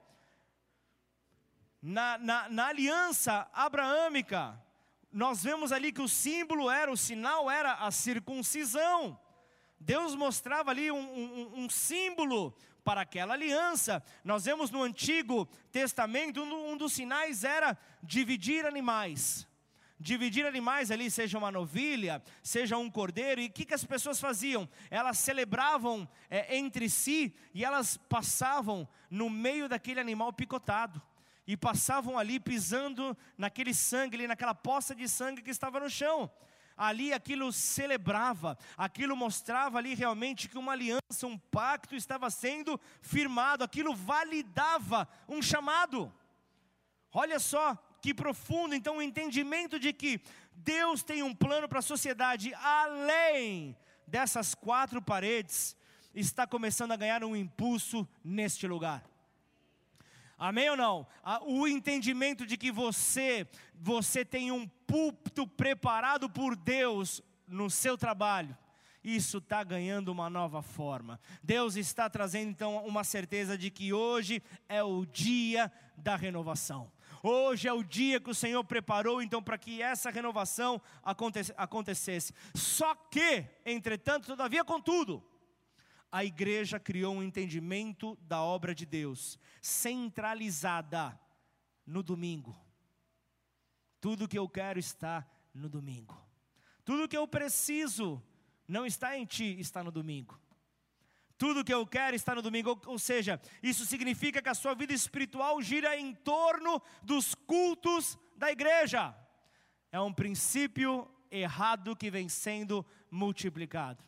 Na aliança abraâmica, nós vemos ali que o sinal era a circuncisão. Deus mostrava ali um símbolo para aquela aliança. Nós vemos no Antigo Testamento, um dos sinais era dividir animais. Dividir animais ali, seja uma novilha, seja um cordeiro. E o que as pessoas faziam? Elas celebravam entre si e elas passavam no meio daquele animal picotado. E passavam ali pisando naquele sangue, ali, naquela poça de sangue que estava no chão. Ali aquilo celebrava, aquilo mostrava ali realmente que uma aliança, um pacto estava sendo firmado. Aquilo validava um chamado. Olha só que profundo então o entendimento de que Deus tem um plano para a sociedade além dessas quatro paredes, está começando a ganhar um impulso neste lugar. Amém ou não? O entendimento de que você tem um púlpito preparado por Deus no seu trabalho, isso está ganhando uma nova forma. Deus está trazendo então uma certeza de que hoje é o dia da renovação. Hoje é o dia que o Senhor preparou então para que essa renovação acontecesse. Só que, entretanto, todavia, contudo, a igreja criou um entendimento da obra de Deus, centralizada no domingo. Tudo que eu quero está no domingo. Tudo que eu preciso não está em ti, está no domingo. Tudo que eu quero está no domingo. Ou seja, isso significa que a sua vida espiritual gira em torno dos cultos da igreja. É um princípio errado que vem sendo multiplicado.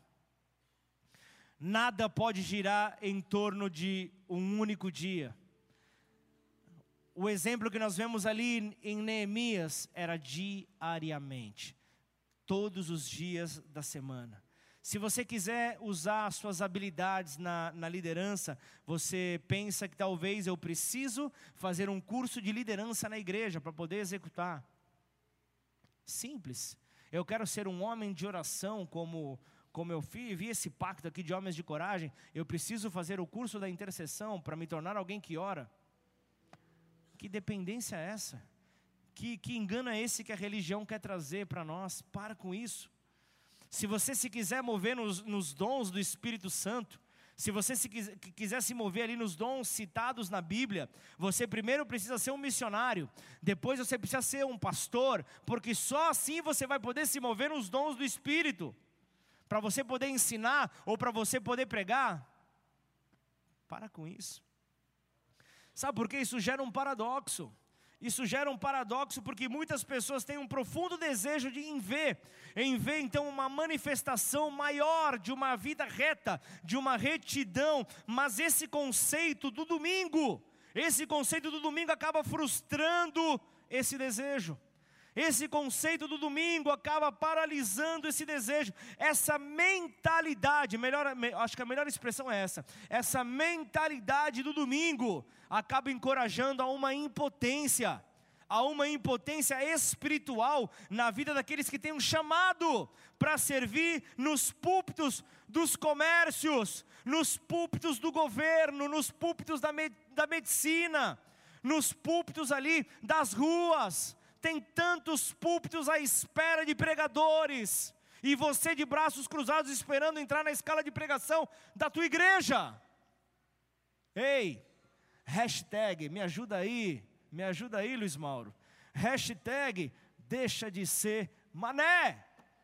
Nada pode girar em torno de um único dia. O exemplo que nós vemos ali em Neemias era diariamente, todos os dias da semana. Se você quiser usar as suas habilidades na liderança, você pensa que talvez eu preciso fazer um curso de liderança na igreja para poder executar. Simples. Eu quero ser um homem de oração como eu vi esse pacto aqui de homens de coragem. Eu preciso fazer o curso da intercessão para me tornar alguém que ora. Que dependência é essa? Que engano é esse que a religião quer trazer para nós? Para com isso. Se você se quiser mover nos dons do Espírito Santo, se você quiser se mover ali nos dons citados na Bíblia, você primeiro precisa ser um missionário, depois você precisa ser um pastor, porque só assim você vai poder se mover nos dons do Espírito, para você poder ensinar ou para você poder pregar. Para com isso. Sabe por quê? Isso gera um paradoxo. Isso gera um paradoxo porque muitas pessoas têm um profundo desejo em ver então uma manifestação maior de uma vida reta, de uma retidão, mas esse conceito do domingo acaba frustrando esse desejo. Esse conceito do domingo acaba paralisando esse desejo, essa mentalidade, acho que a melhor expressão é essa mentalidade do domingo acaba encorajando a uma impotência espiritual na vida daqueles que têm um chamado para servir nos púlpitos dos comércios, nos púlpitos do governo, nos púlpitos da medicina, nos púlpitos ali das ruas. Tem tantos púlpitos à espera de pregadores, e você de braços cruzados esperando entrar na escala de pregação da tua igreja. Ei, hashtag, me ajuda aí Luiz Mauro, hashtag, deixa de ser mané,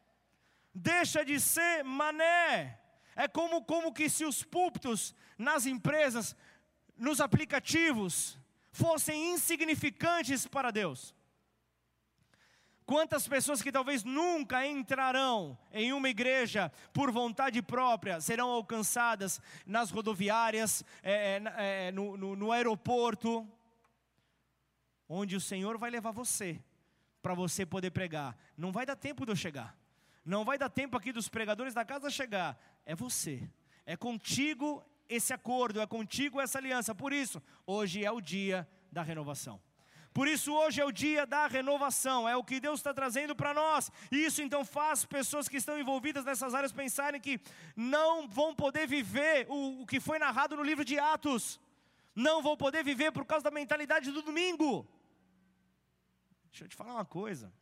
é como que se os púlpitos nas empresas, nos aplicativos, fossem insignificantes para Deus. Quantas pessoas que talvez nunca entrarão em uma igreja por vontade própria serão alcançadas nas rodoviárias, no aeroporto, onde o Senhor vai levar você, para você poder pregar. Não vai dar tempo de eu chegar, não vai dar tempo aqui dos pregadores da casa chegar, é você, é contigo esse acordo, é contigo essa aliança. Por isso, hoje é o dia da renovação. Por isso hoje é o dia da renovação, é o que Deus está trazendo para nós. E isso então faz pessoas que estão envolvidas nessas áreas pensarem que não vão poder viver o que foi narrado no livro de Atos. Não vão poder viver por causa da mentalidade do domingo. Deixa eu te falar uma coisa.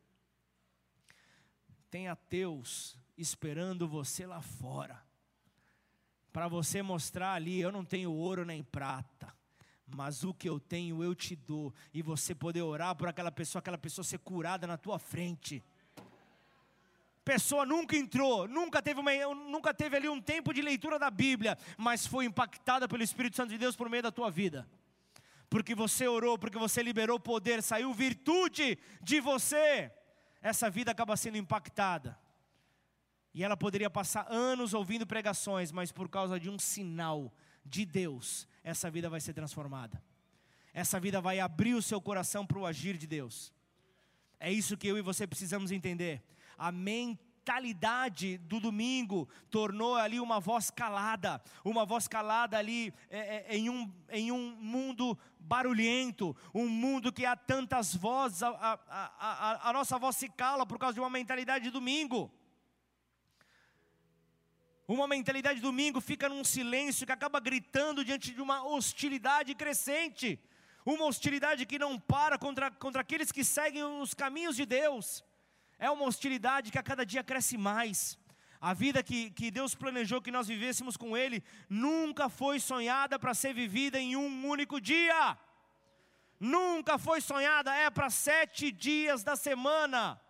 Tem ateus esperando você lá fora, para você mostrar ali, eu não tenho ouro nem prata, mas o que eu tenho eu te dou, e você poder orar por aquela pessoa ser curada na tua frente. Pessoa nunca entrou, nunca teve ali um tempo de leitura da Bíblia, mas foi impactada pelo Espírito Santo de Deus por meio da tua vida, porque você orou, porque você liberou poder, saiu virtude de você. Essa vida acaba sendo impactada, e ela poderia passar anos ouvindo pregações, mas por causa de um sinal de Deus, essa vida vai ser transformada. Essa vida vai abrir o seu coração para o agir de Deus. É isso que eu e você precisamos entender. A mentalidade mentalidade do domingo tornou ali uma voz calada ali em um mundo barulhento, um mundo que há tantas vozes, a nossa voz se cala por causa de uma mentalidade de domingo. Uma mentalidade de domingo fica num silêncio que acaba gritando diante de uma hostilidade crescente. Uma hostilidade que não para contra aqueles que seguem os caminhos de Deus. É uma hostilidade que a cada dia cresce mais. A vida que Deus planejou que nós vivêssemos com Ele, nunca foi sonhada para ser vivida em um único dia. Nunca foi sonhada, é para 7 dias da semana.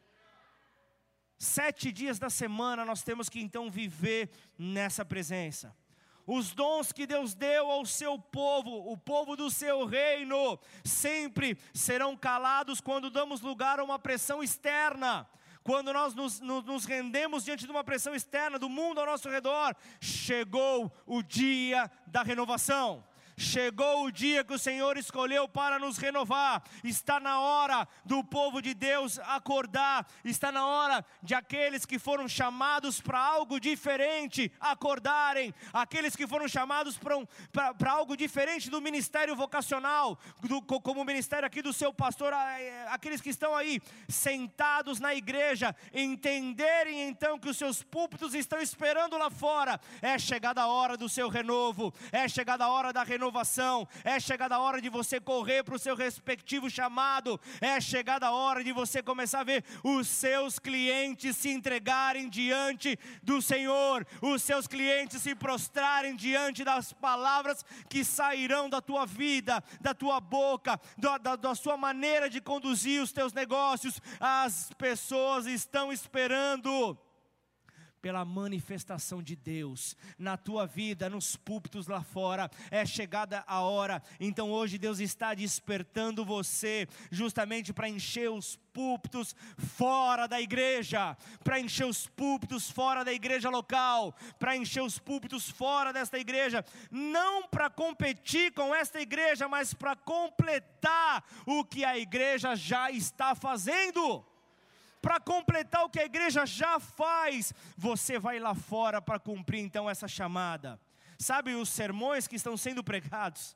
7 dias da semana nós temos que então viver nessa presença. Os dons que Deus deu ao seu povo, o povo do seu reino, sempre serão calados quando damos lugar a uma pressão externa. Quando nós nos rendemos diante de uma pressão externa do mundo ao nosso redor, chegou o dia da renovação. Chegou o dia que o Senhor escolheu para nos renovar. Está na hora do povo de Deus acordar. Está na hora de aqueles que foram chamados para algo diferente acordarem. Aqueles que foram chamados para algo diferente do ministério vocacional, como o ministério aqui do seu pastor, aqueles que estão aí sentados na igreja, entenderem então que os seus púlpitos estão esperando lá fora. É chegada a hora do seu renovo. É chegada a hora da renovação. É chegada a hora de você correr para o seu respectivo chamado. É chegada a hora de você começar a ver os seus clientes se entregarem diante do Senhor, os seus clientes se prostrarem diante das palavras que sairão da tua vida, da tua boca, da sua maneira de conduzir os teus negócios. As pessoas estão esperando pela manifestação de Deus na tua vida, nos púlpitos lá fora. É chegada a hora. Então hoje Deus está despertando você justamente para encher os púlpitos fora da igreja, para encher os púlpitos fora da igreja local, para encher os púlpitos fora desta igreja, não para competir com esta igreja, mas para completar o que a igreja já está fazendo. Para completar o que a igreja já faz, você vai lá fora para cumprir então essa chamada. Sabe, os sermões que estão sendo pregados,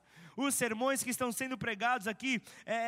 aqui,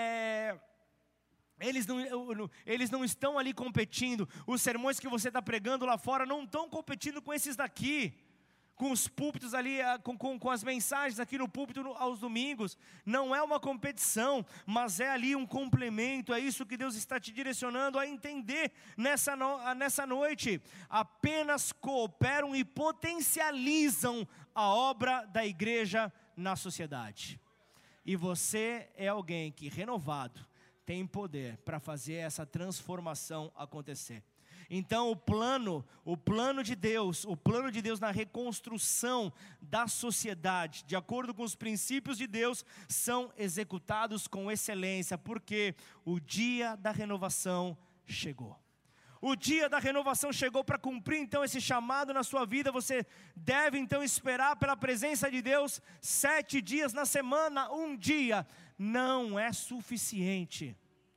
eles não estão ali competindo. Os sermões que você está pregando lá fora não estão competindo com esses daqui, com os púlpitos ali, com as mensagens aqui no púlpito aos domingos. Não é uma competição, mas é ali um complemento. É isso que Deus está te direcionando a entender nessa noite. Apenas cooperam e potencializam a obra da igreja na sociedade. E você é alguém que, renovado, tem poder para fazer essa transformação acontecer. Então o plano de Deus na reconstrução da sociedade, de acordo com os princípios de Deus, são executados com excelência, porque o dia da renovação chegou. O dia da renovação chegou para cumprir então esse chamado na sua vida. Você deve então esperar pela presença de Deus 7 dias na semana. Um dia não é suficiente.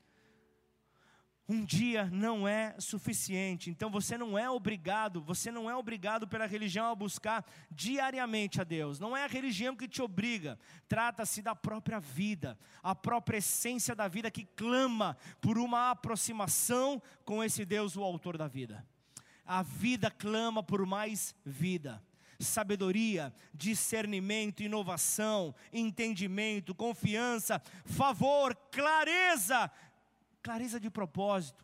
Um dia não é suficiente. Então você não é obrigado pela religião a buscar diariamente a Deus. Não é a religião que te obriga. Trata-se da própria vida, a própria essência da vida que clama por uma aproximação com esse Deus, o autor da vida. A vida clama por mais vida. Sabedoria, discernimento, inovação, entendimento, confiança, favor, clareza de propósito,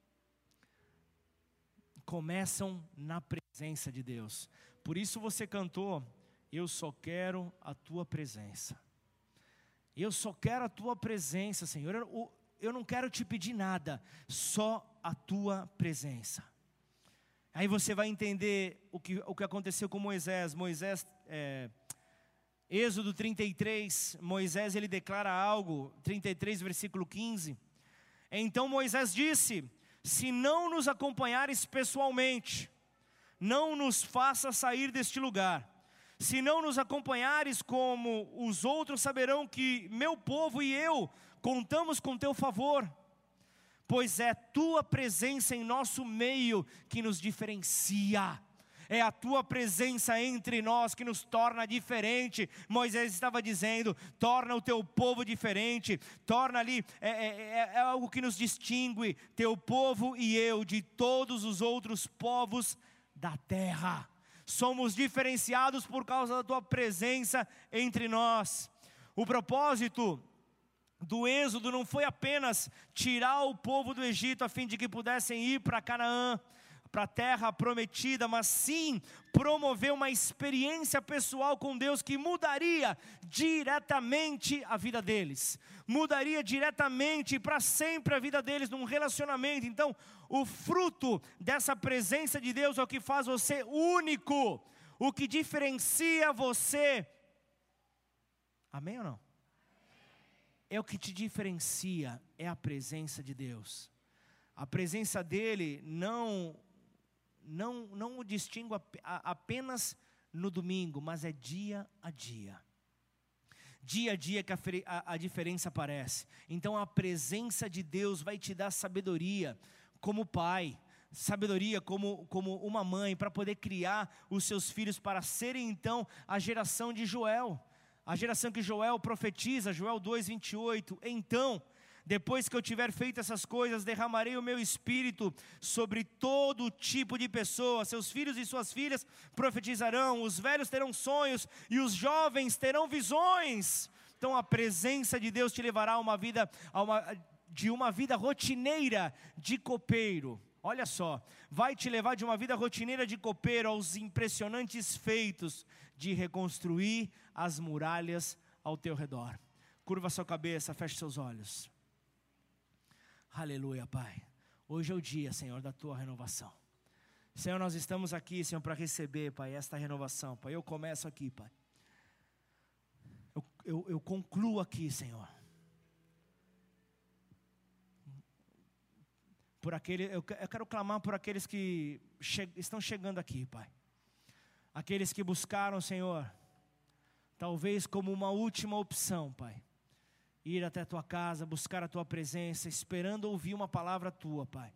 começam na presença de Deus. Por isso você cantou: eu só quero a tua presença. Eu só quero a tua presença, Senhor. Eu não quero te pedir nada, só a tua presença. Aí você vai entender o que aconteceu com Moisés. Êxodo 33, Moisés ele declara algo, 33 versículo 15. Então Moisés disse: se não nos acompanhares pessoalmente, não nos faça sair deste lugar. Se não nos acompanhares, como os outros saberão que meu povo e eu contamos com teu favor. pois é tua presença em nosso meio que nos diferencia. É a tua presença entre nós que nos torna diferente. Moisés estava dizendo, torna o teu povo diferente, torna ali, é algo que nos distingue, teu povo e eu, de todos os outros povos da terra. Somos diferenciados por causa da tua presença entre nós. O propósito do êxodo não foi apenas tirar o povo do Egito a fim de que pudessem ir para Canaã, para a terra prometida, mas sim promover uma experiência pessoal com Deus que mudaria diretamente a vida deles, mudaria diretamente para sempre a vida deles num relacionamento. Então, o fruto dessa presença de Deus é o que faz você único, o que diferencia você. Amém ou não? É o que te diferencia, é a presença de Deus. A presença dele não o distingue apenas no domingo, mas é dia a dia. Dia a dia que a diferença aparece. Então a presença de Deus vai te dar sabedoria como pai, sabedoria como uma mãe, para poder criar os seus filhos para serem então a geração de Joel. A geração que Joel profetiza, Joel 2:28, então, depois que eu tiver feito essas coisas, derramarei o meu espírito sobre todo tipo de pessoa. Seus filhos e suas filhas profetizarão, os velhos terão sonhos e os jovens terão visões. Então a presença de Deus te levará a uma vida rotineira de copeiro. Olha só, vai te levar de uma vida rotineira de copeiro aos impressionantes feitos de reconstruir as muralhas ao teu redor. Curva sua cabeça, feche seus olhos. Aleluia, Pai. Hoje é o dia, Senhor, da tua renovação. Senhor, nós estamos aqui, Senhor, para receber, Pai, esta renovação, Pai. Eu começo aqui, Pai. Eu concluo aqui, Senhor. Eu quero clamar por aqueles que estão chegando aqui, Pai. Aqueles que buscaram, Senhor, talvez como uma última opção, Pai, ir até a tua casa, buscar a tua presença, esperando ouvir uma palavra tua, Pai.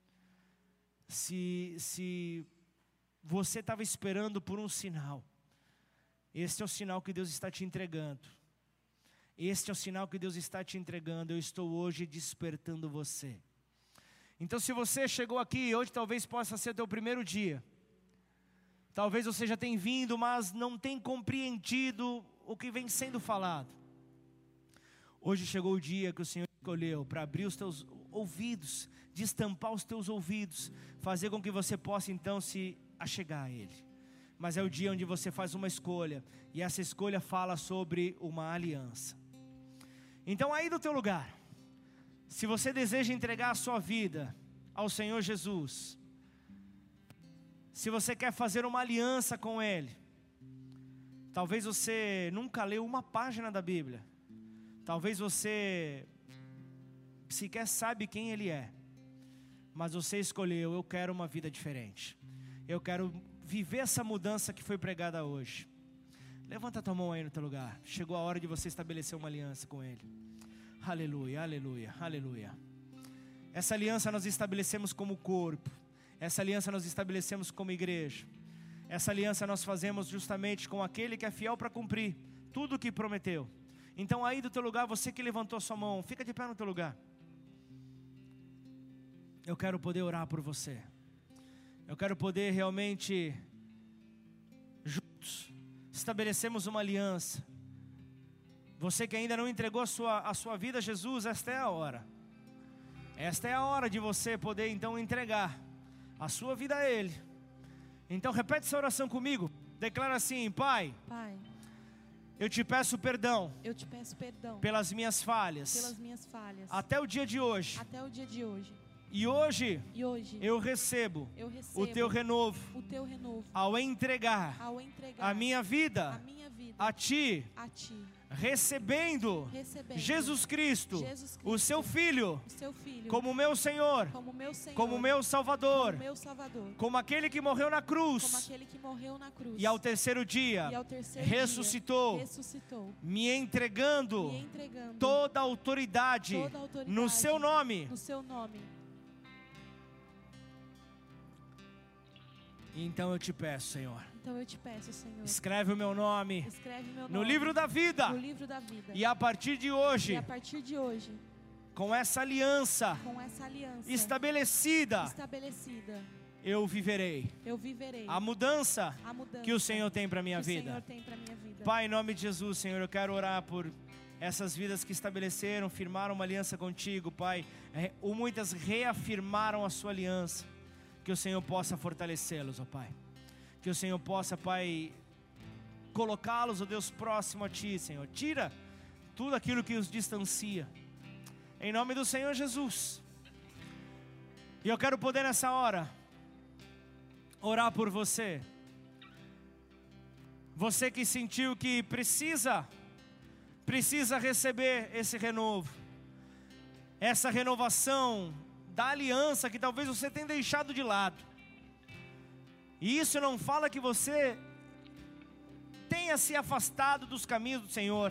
Se você estava esperando por um sinal, este é o sinal que Deus está te entregando. Este é o sinal que Deus está te entregando. Eu estou hoje despertando você. Então, se você chegou aqui, hoje talvez possa ser o teu primeiro dia. Talvez você já tenha vindo, mas não tenha compreendido o que vem sendo falado. Hoje chegou o dia que o Senhor escolheu para abrir os teus ouvidos, destampar os teus ouvidos, fazer com que você possa então se achegar a Ele. Mas é o dia onde você faz uma escolha, e essa escolha fala sobre uma aliança. Então aí do teu lugar, se você deseja entregar a sua vida ao Senhor Jesus, se você quer fazer uma aliança com Ele, talvez você nunca leu uma página da Bíblia, talvez você sequer sabe quem Ele é, mas você escolheu, eu quero uma vida diferente, eu quero viver essa mudança que foi pregada hoje. Levanta a tua mão aí no teu lugar. Chegou a hora de você estabelecer uma aliança com Ele. Aleluia, aleluia, aleluia. Essa aliança nós estabelecemos como corpo. Essa aliança nós estabelecemos como igreja. Essa aliança nós fazemos justamente com aquele que é fiel para cumprir tudo o que prometeu. Então aí do teu lugar, você que levantou a sua mão, fica de pé no teu lugar. Eu quero poder orar por você. Eu quero poder realmente, juntos, estabelecemos uma aliança. Você que ainda não entregou a sua vida a Jesus, esta é a hora. Esta é a hora de você poder então entregar a sua vida a Ele. Então repete essa oração comigo. Declara assim: Pai, eu te peço perdão. Pelas minhas falhas. Até o dia de hoje. E hoje eu recebo o teu renovo ao entregar a minha vida a Ti, recebendo Jesus Cristo, o Seu Filho, como meu Senhor, como meu Salvador, como aquele que morreu na cruz, e ao terceiro dia ressuscitou, me entregando toda a autoridade no Seu nome. Então eu te peço, Senhor, escreve o meu nome no livro da vida. E a partir de hoje, com essa aliança estabelecida, eu viverei a mudança que o Senhor tem para a minha vida. Pai, em nome de Jesus, Senhor, eu quero orar por essas vidas que estabeleceram, firmaram uma aliança contigo, Pai, ou muitas reafirmaram a sua aliança. Que o Senhor possa fortalecê-los, ó Pai. Que o Senhor possa, Pai, colocá-los, ó Deus, próximo a Ti, Senhor. Tira tudo aquilo que os distancia. Em nome do Senhor Jesus. E eu quero poder nessa hora orar por você. Você que sentiu que precisa receber esse renovo. Essa renovação da aliança que talvez você tenha deixado de lado. E isso não fala que você tenha se afastado dos caminhos do Senhor,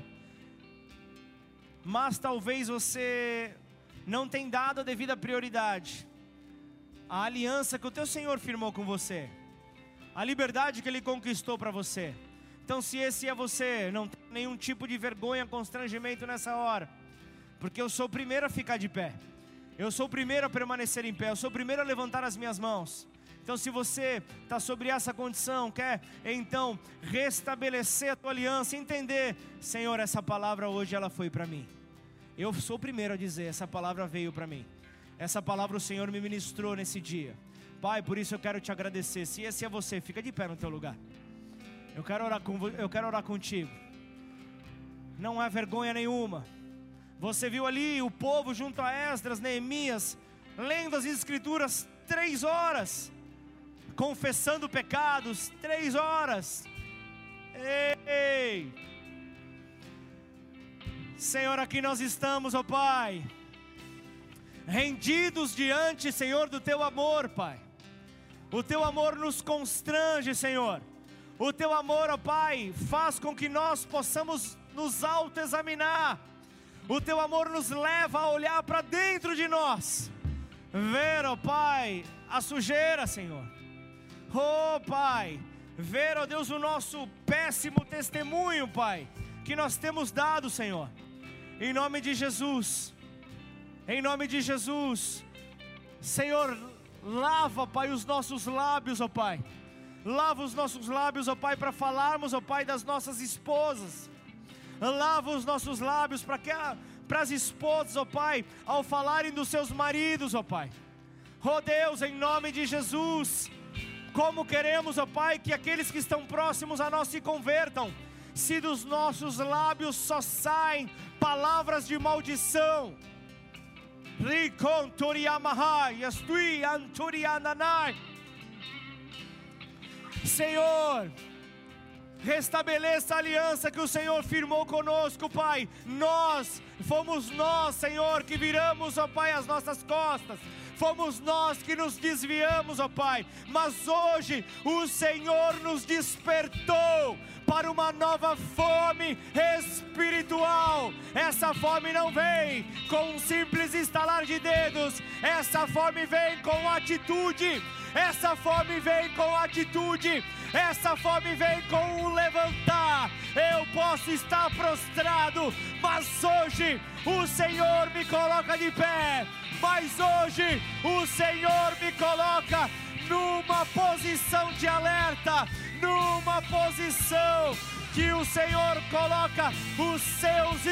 mas talvez você não tenha dado a devida prioridade à aliança que o teu Senhor firmou com você, a liberdade que Ele conquistou para você. Então, se esse é você, não tem nenhum tipo de vergonha, constrangimento nessa hora, porque eu sou o primeiro a ficar de pé. Eu sou o primeiro a permanecer em pé, eu sou o primeiro a levantar as minhas mãos. Então, se você está sobre essa condição, quer então restabelecer a tua aliança, entender, Senhor, essa palavra hoje ela foi para mim. Eu sou o primeiro a dizer, essa palavra veio para mim. Essa palavra o Senhor me ministrou nesse dia. Pai, por isso eu quero te agradecer. Se esse é você, fica de pé no teu lugar. Eu quero orar contigo. Não há vergonha nenhuma. Você viu ali o povo junto a Esdras, Neemias, lendo as Escrituras 3 horas, confessando pecados 3 horas. Ei! Senhor, aqui nós estamos, ó Pai, rendidos diante, Senhor, do Teu amor, Pai. O Teu amor nos constrange, Senhor. O Teu amor, ó Pai, faz com que nós possamos nos autoexaminar. O Teu amor nos leva a olhar para dentro de nós, ver, ó Pai, a sujeira, Senhor. Oh Pai, ver, ó Deus, o nosso péssimo testemunho, Pai, que nós temos dado, Senhor. Em nome de Jesus, Senhor, lava, Pai, os nossos lábios, ó Pai. Lava os nossos lábios, ó Pai, para falarmos, ó Pai, das nossas esposas. Lava os nossos lábios para as esposas, ó Pai, ao falarem dos seus maridos, ó Pai. Oh Deus, em nome de Jesus, como queremos, ó Pai, que aqueles que estão próximos a nós se convertam. Se dos nossos lábios só saem palavras de maldição. Senhor, restabeleça a aliança que o Senhor firmou conosco, Pai. Fomos nós, Senhor, que viramos, ó Pai, as nossas costas. Fomos nós que nos desviamos, ó Pai. Mas hoje o Senhor nos despertou para uma nova fome espiritual. Essa fome não vem com um simples estalar de dedos. Essa fome vem com atitude. Essa fome vem com atitude. Essa fome vem com o levantar. Eu posso estar prostrado, mas hoje o Senhor me coloca de pé. Mas hoje o Senhor me coloca numa posição de alerta, numa posição que o Senhor coloca os seus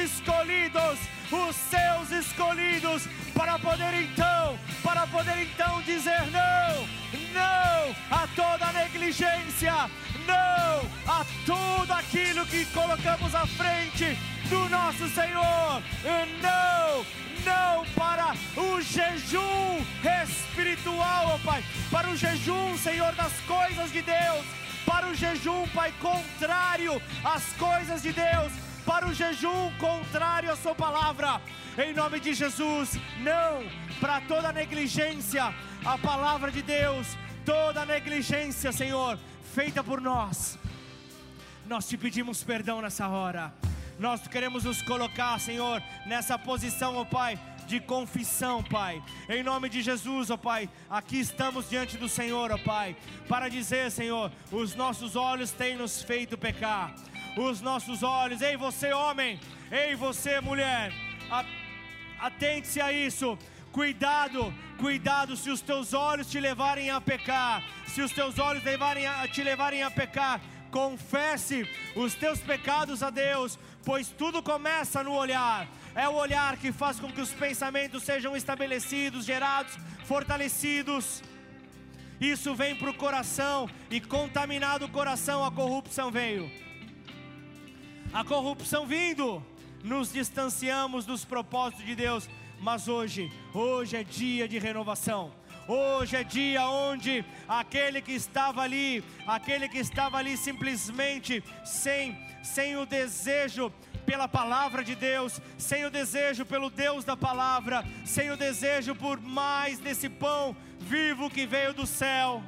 escolhidos para poder então dizer não a toda negligência, não a tudo aquilo que colocamos à frente do nosso Senhor, não para o jejum espiritual, ó Pai, para o jejum, Senhor, das coisas de Deus, para o jejum, Pai, contrário às coisas de Deus, para o jejum contrário à sua palavra, em nome de Jesus. Não para toda negligência à palavra de Deus, toda negligência, Senhor, feita por nós. Nós te pedimos perdão nessa hora. Nós queremos nos colocar, Senhor, nessa posição, ó Pai, de confissão, Pai, em nome de Jesus, ó Pai. Aqui estamos diante do Senhor, ó Pai, para dizer, Senhor, os nossos olhos têm nos feito pecar. Os nossos olhos, ei você homem, ei você mulher, atente-se a isso. Cuidado, cuidado, se os teus olhos te levarem a pecar, se os teus olhos te levarem a pecar, confesse os teus pecados a Deus, pois tudo começa no olhar. É o olhar que faz com que os pensamentos sejam estabelecidos, gerados, fortalecidos. Isso vem para o coração, e contaminado o coração, a corrupção veio. A corrupção vindo, nos distanciamos dos propósitos de Deus. Mas hoje é dia de renovação. Hoje é dia onde aquele que estava ali simplesmente sem o desejo pela palavra de Deus, sem o desejo pelo Deus da palavra, sem o desejo por mais desse pão vivo que veio do céu,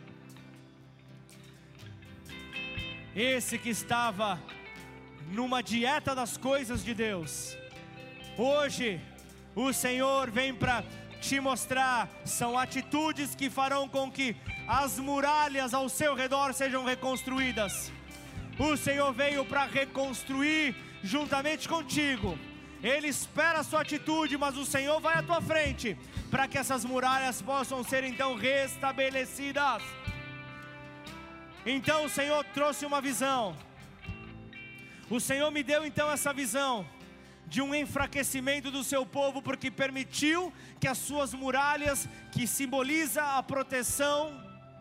esse que estava numa dieta das coisas de Deus, hoje o Senhor vem para te mostrar, são atitudes que farão com que as muralhas ao seu redor sejam reconstruídas. O Senhor veio para reconstruir juntamente contigo. Ele espera a sua atitude, mas o Senhor vai à tua frente, para que essas muralhas possam ser então restabelecidas. Então o Senhor trouxe uma visão. O Senhor me deu então essa visão de um enfraquecimento do seu povo, porque permitiu que as suas muralhas, que simboliza a proteção,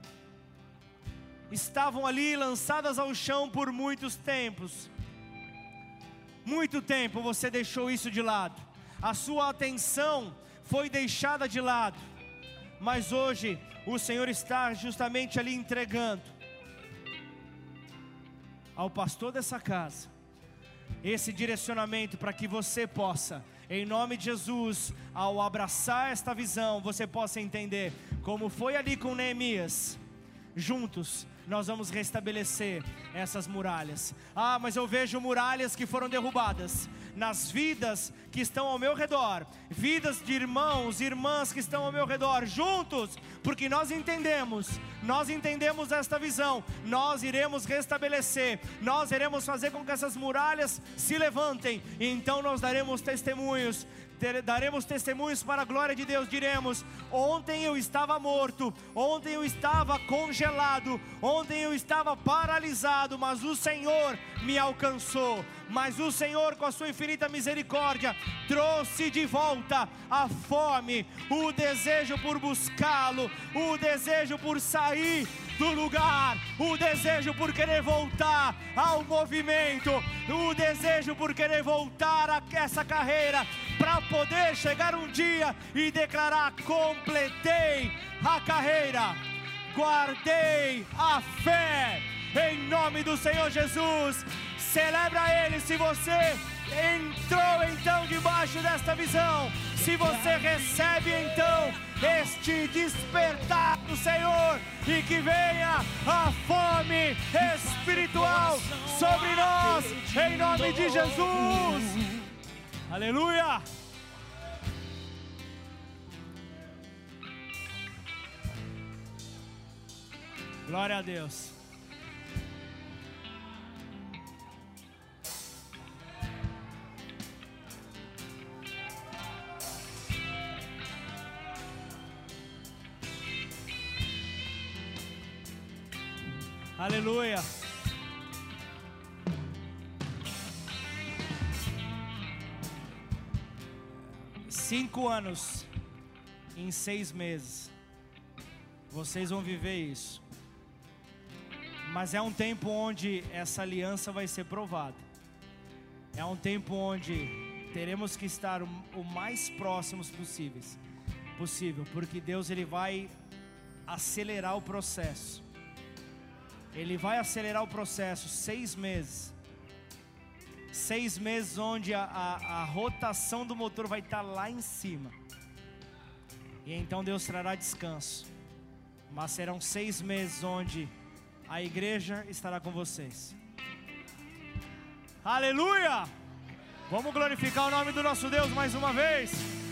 estavam ali lançadas ao chão por muitos tempos. Muito tempo você deixou isso de lado, a sua atenção foi deixada de lado, mas hoje o Senhor está justamente ali entregando ao pastor dessa casa esse direcionamento, para que você possa, em nome de Jesus, ao abraçar esta visão, você possa entender como foi ali com Neemias. Juntos nós vamos restabelecer essas muralhas. Ah, mas eu vejo muralhas que foram derrubadas nas vidas que estão ao meu redor, vidas de irmãos e irmãs que estão ao meu redor, juntos, porque nós entendemos esta visão, nós iremos restabelecer, nós iremos fazer com que essas muralhas se levantem, e então nós daremos testemunhos para a glória de Deus. Diremos: ontem eu estava morto, ontem eu estava congelado, ontem eu estava paralisado, mas o Senhor me alcançou, mas o Senhor, com a sua infinita misericórdia, trouxe de volta a fome, o desejo por buscá-lo, o desejo por sair do lugar, o desejo por querer voltar ao movimento, o desejo por querer voltar a essa carreira, para poder chegar um dia e declarar: completei a carreira, guardei a fé, em nome do Senhor Jesus. Celebra Ele se você entrou então debaixo desta visão, se você recebe então este despertar do Senhor, e que venha a fome espiritual sobre nós, em nome de Jesus. Aleluia. Glória a Deus. Aleluia. Cinco anos em 6 meses. Vocês vão viver isso. Mas é um tempo onde essa aliança vai ser provada. É um tempo onde teremos que estar o mais próximos possível, porque Deus ele vai acelerar o processo. Ele vai acelerar o processo, 6 meses. 6 meses onde a rotação do motor vai estar lá em cima. E então Deus trará descanso. Mas serão 6 meses onde a igreja estará com vocês. Aleluia! Vamos glorificar o nome do nosso Deus mais uma vez.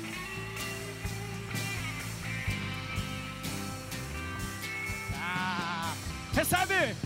Recebe!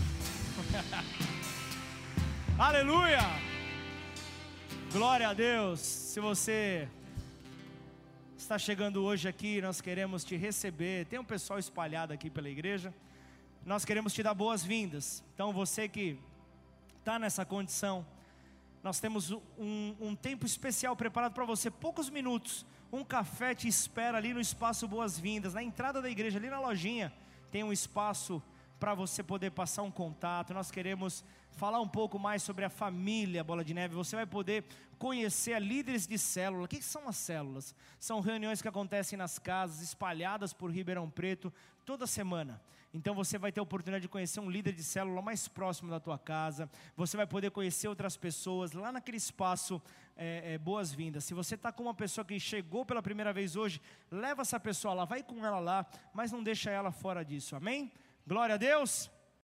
Aleluia! Glória a Deus. Se você está chegando hoje aqui, nós queremos te receber. Tem um pessoal espalhado aqui pela igreja. Nós queremos te dar boas-vindas. Então você que está nessa condição, nós temos um tempo especial preparado para você. Poucos minutos, um café te espera ali no espaço Boas-Vindas. Na entrada da igreja, ali na lojinha, tem um espaço para você poder passar um contato. Nós queremos falar um pouco mais sobre a família Bola de Neve. Você vai poder conhecer a líderes de célula. O que são as células? São reuniões que acontecem nas casas, espalhadas por Ribeirão Preto, toda semana. Então você vai ter a oportunidade de conhecer um líder de célula mais próximo da tua casa. Você vai poder conhecer outras pessoas lá naquele espaço Boas-Vindas. Se você está com uma pessoa que chegou pela primeira vez hoje, leva essa pessoa lá, vai com ela lá, mas não deixa ela fora disso, amém? Glória a Deus.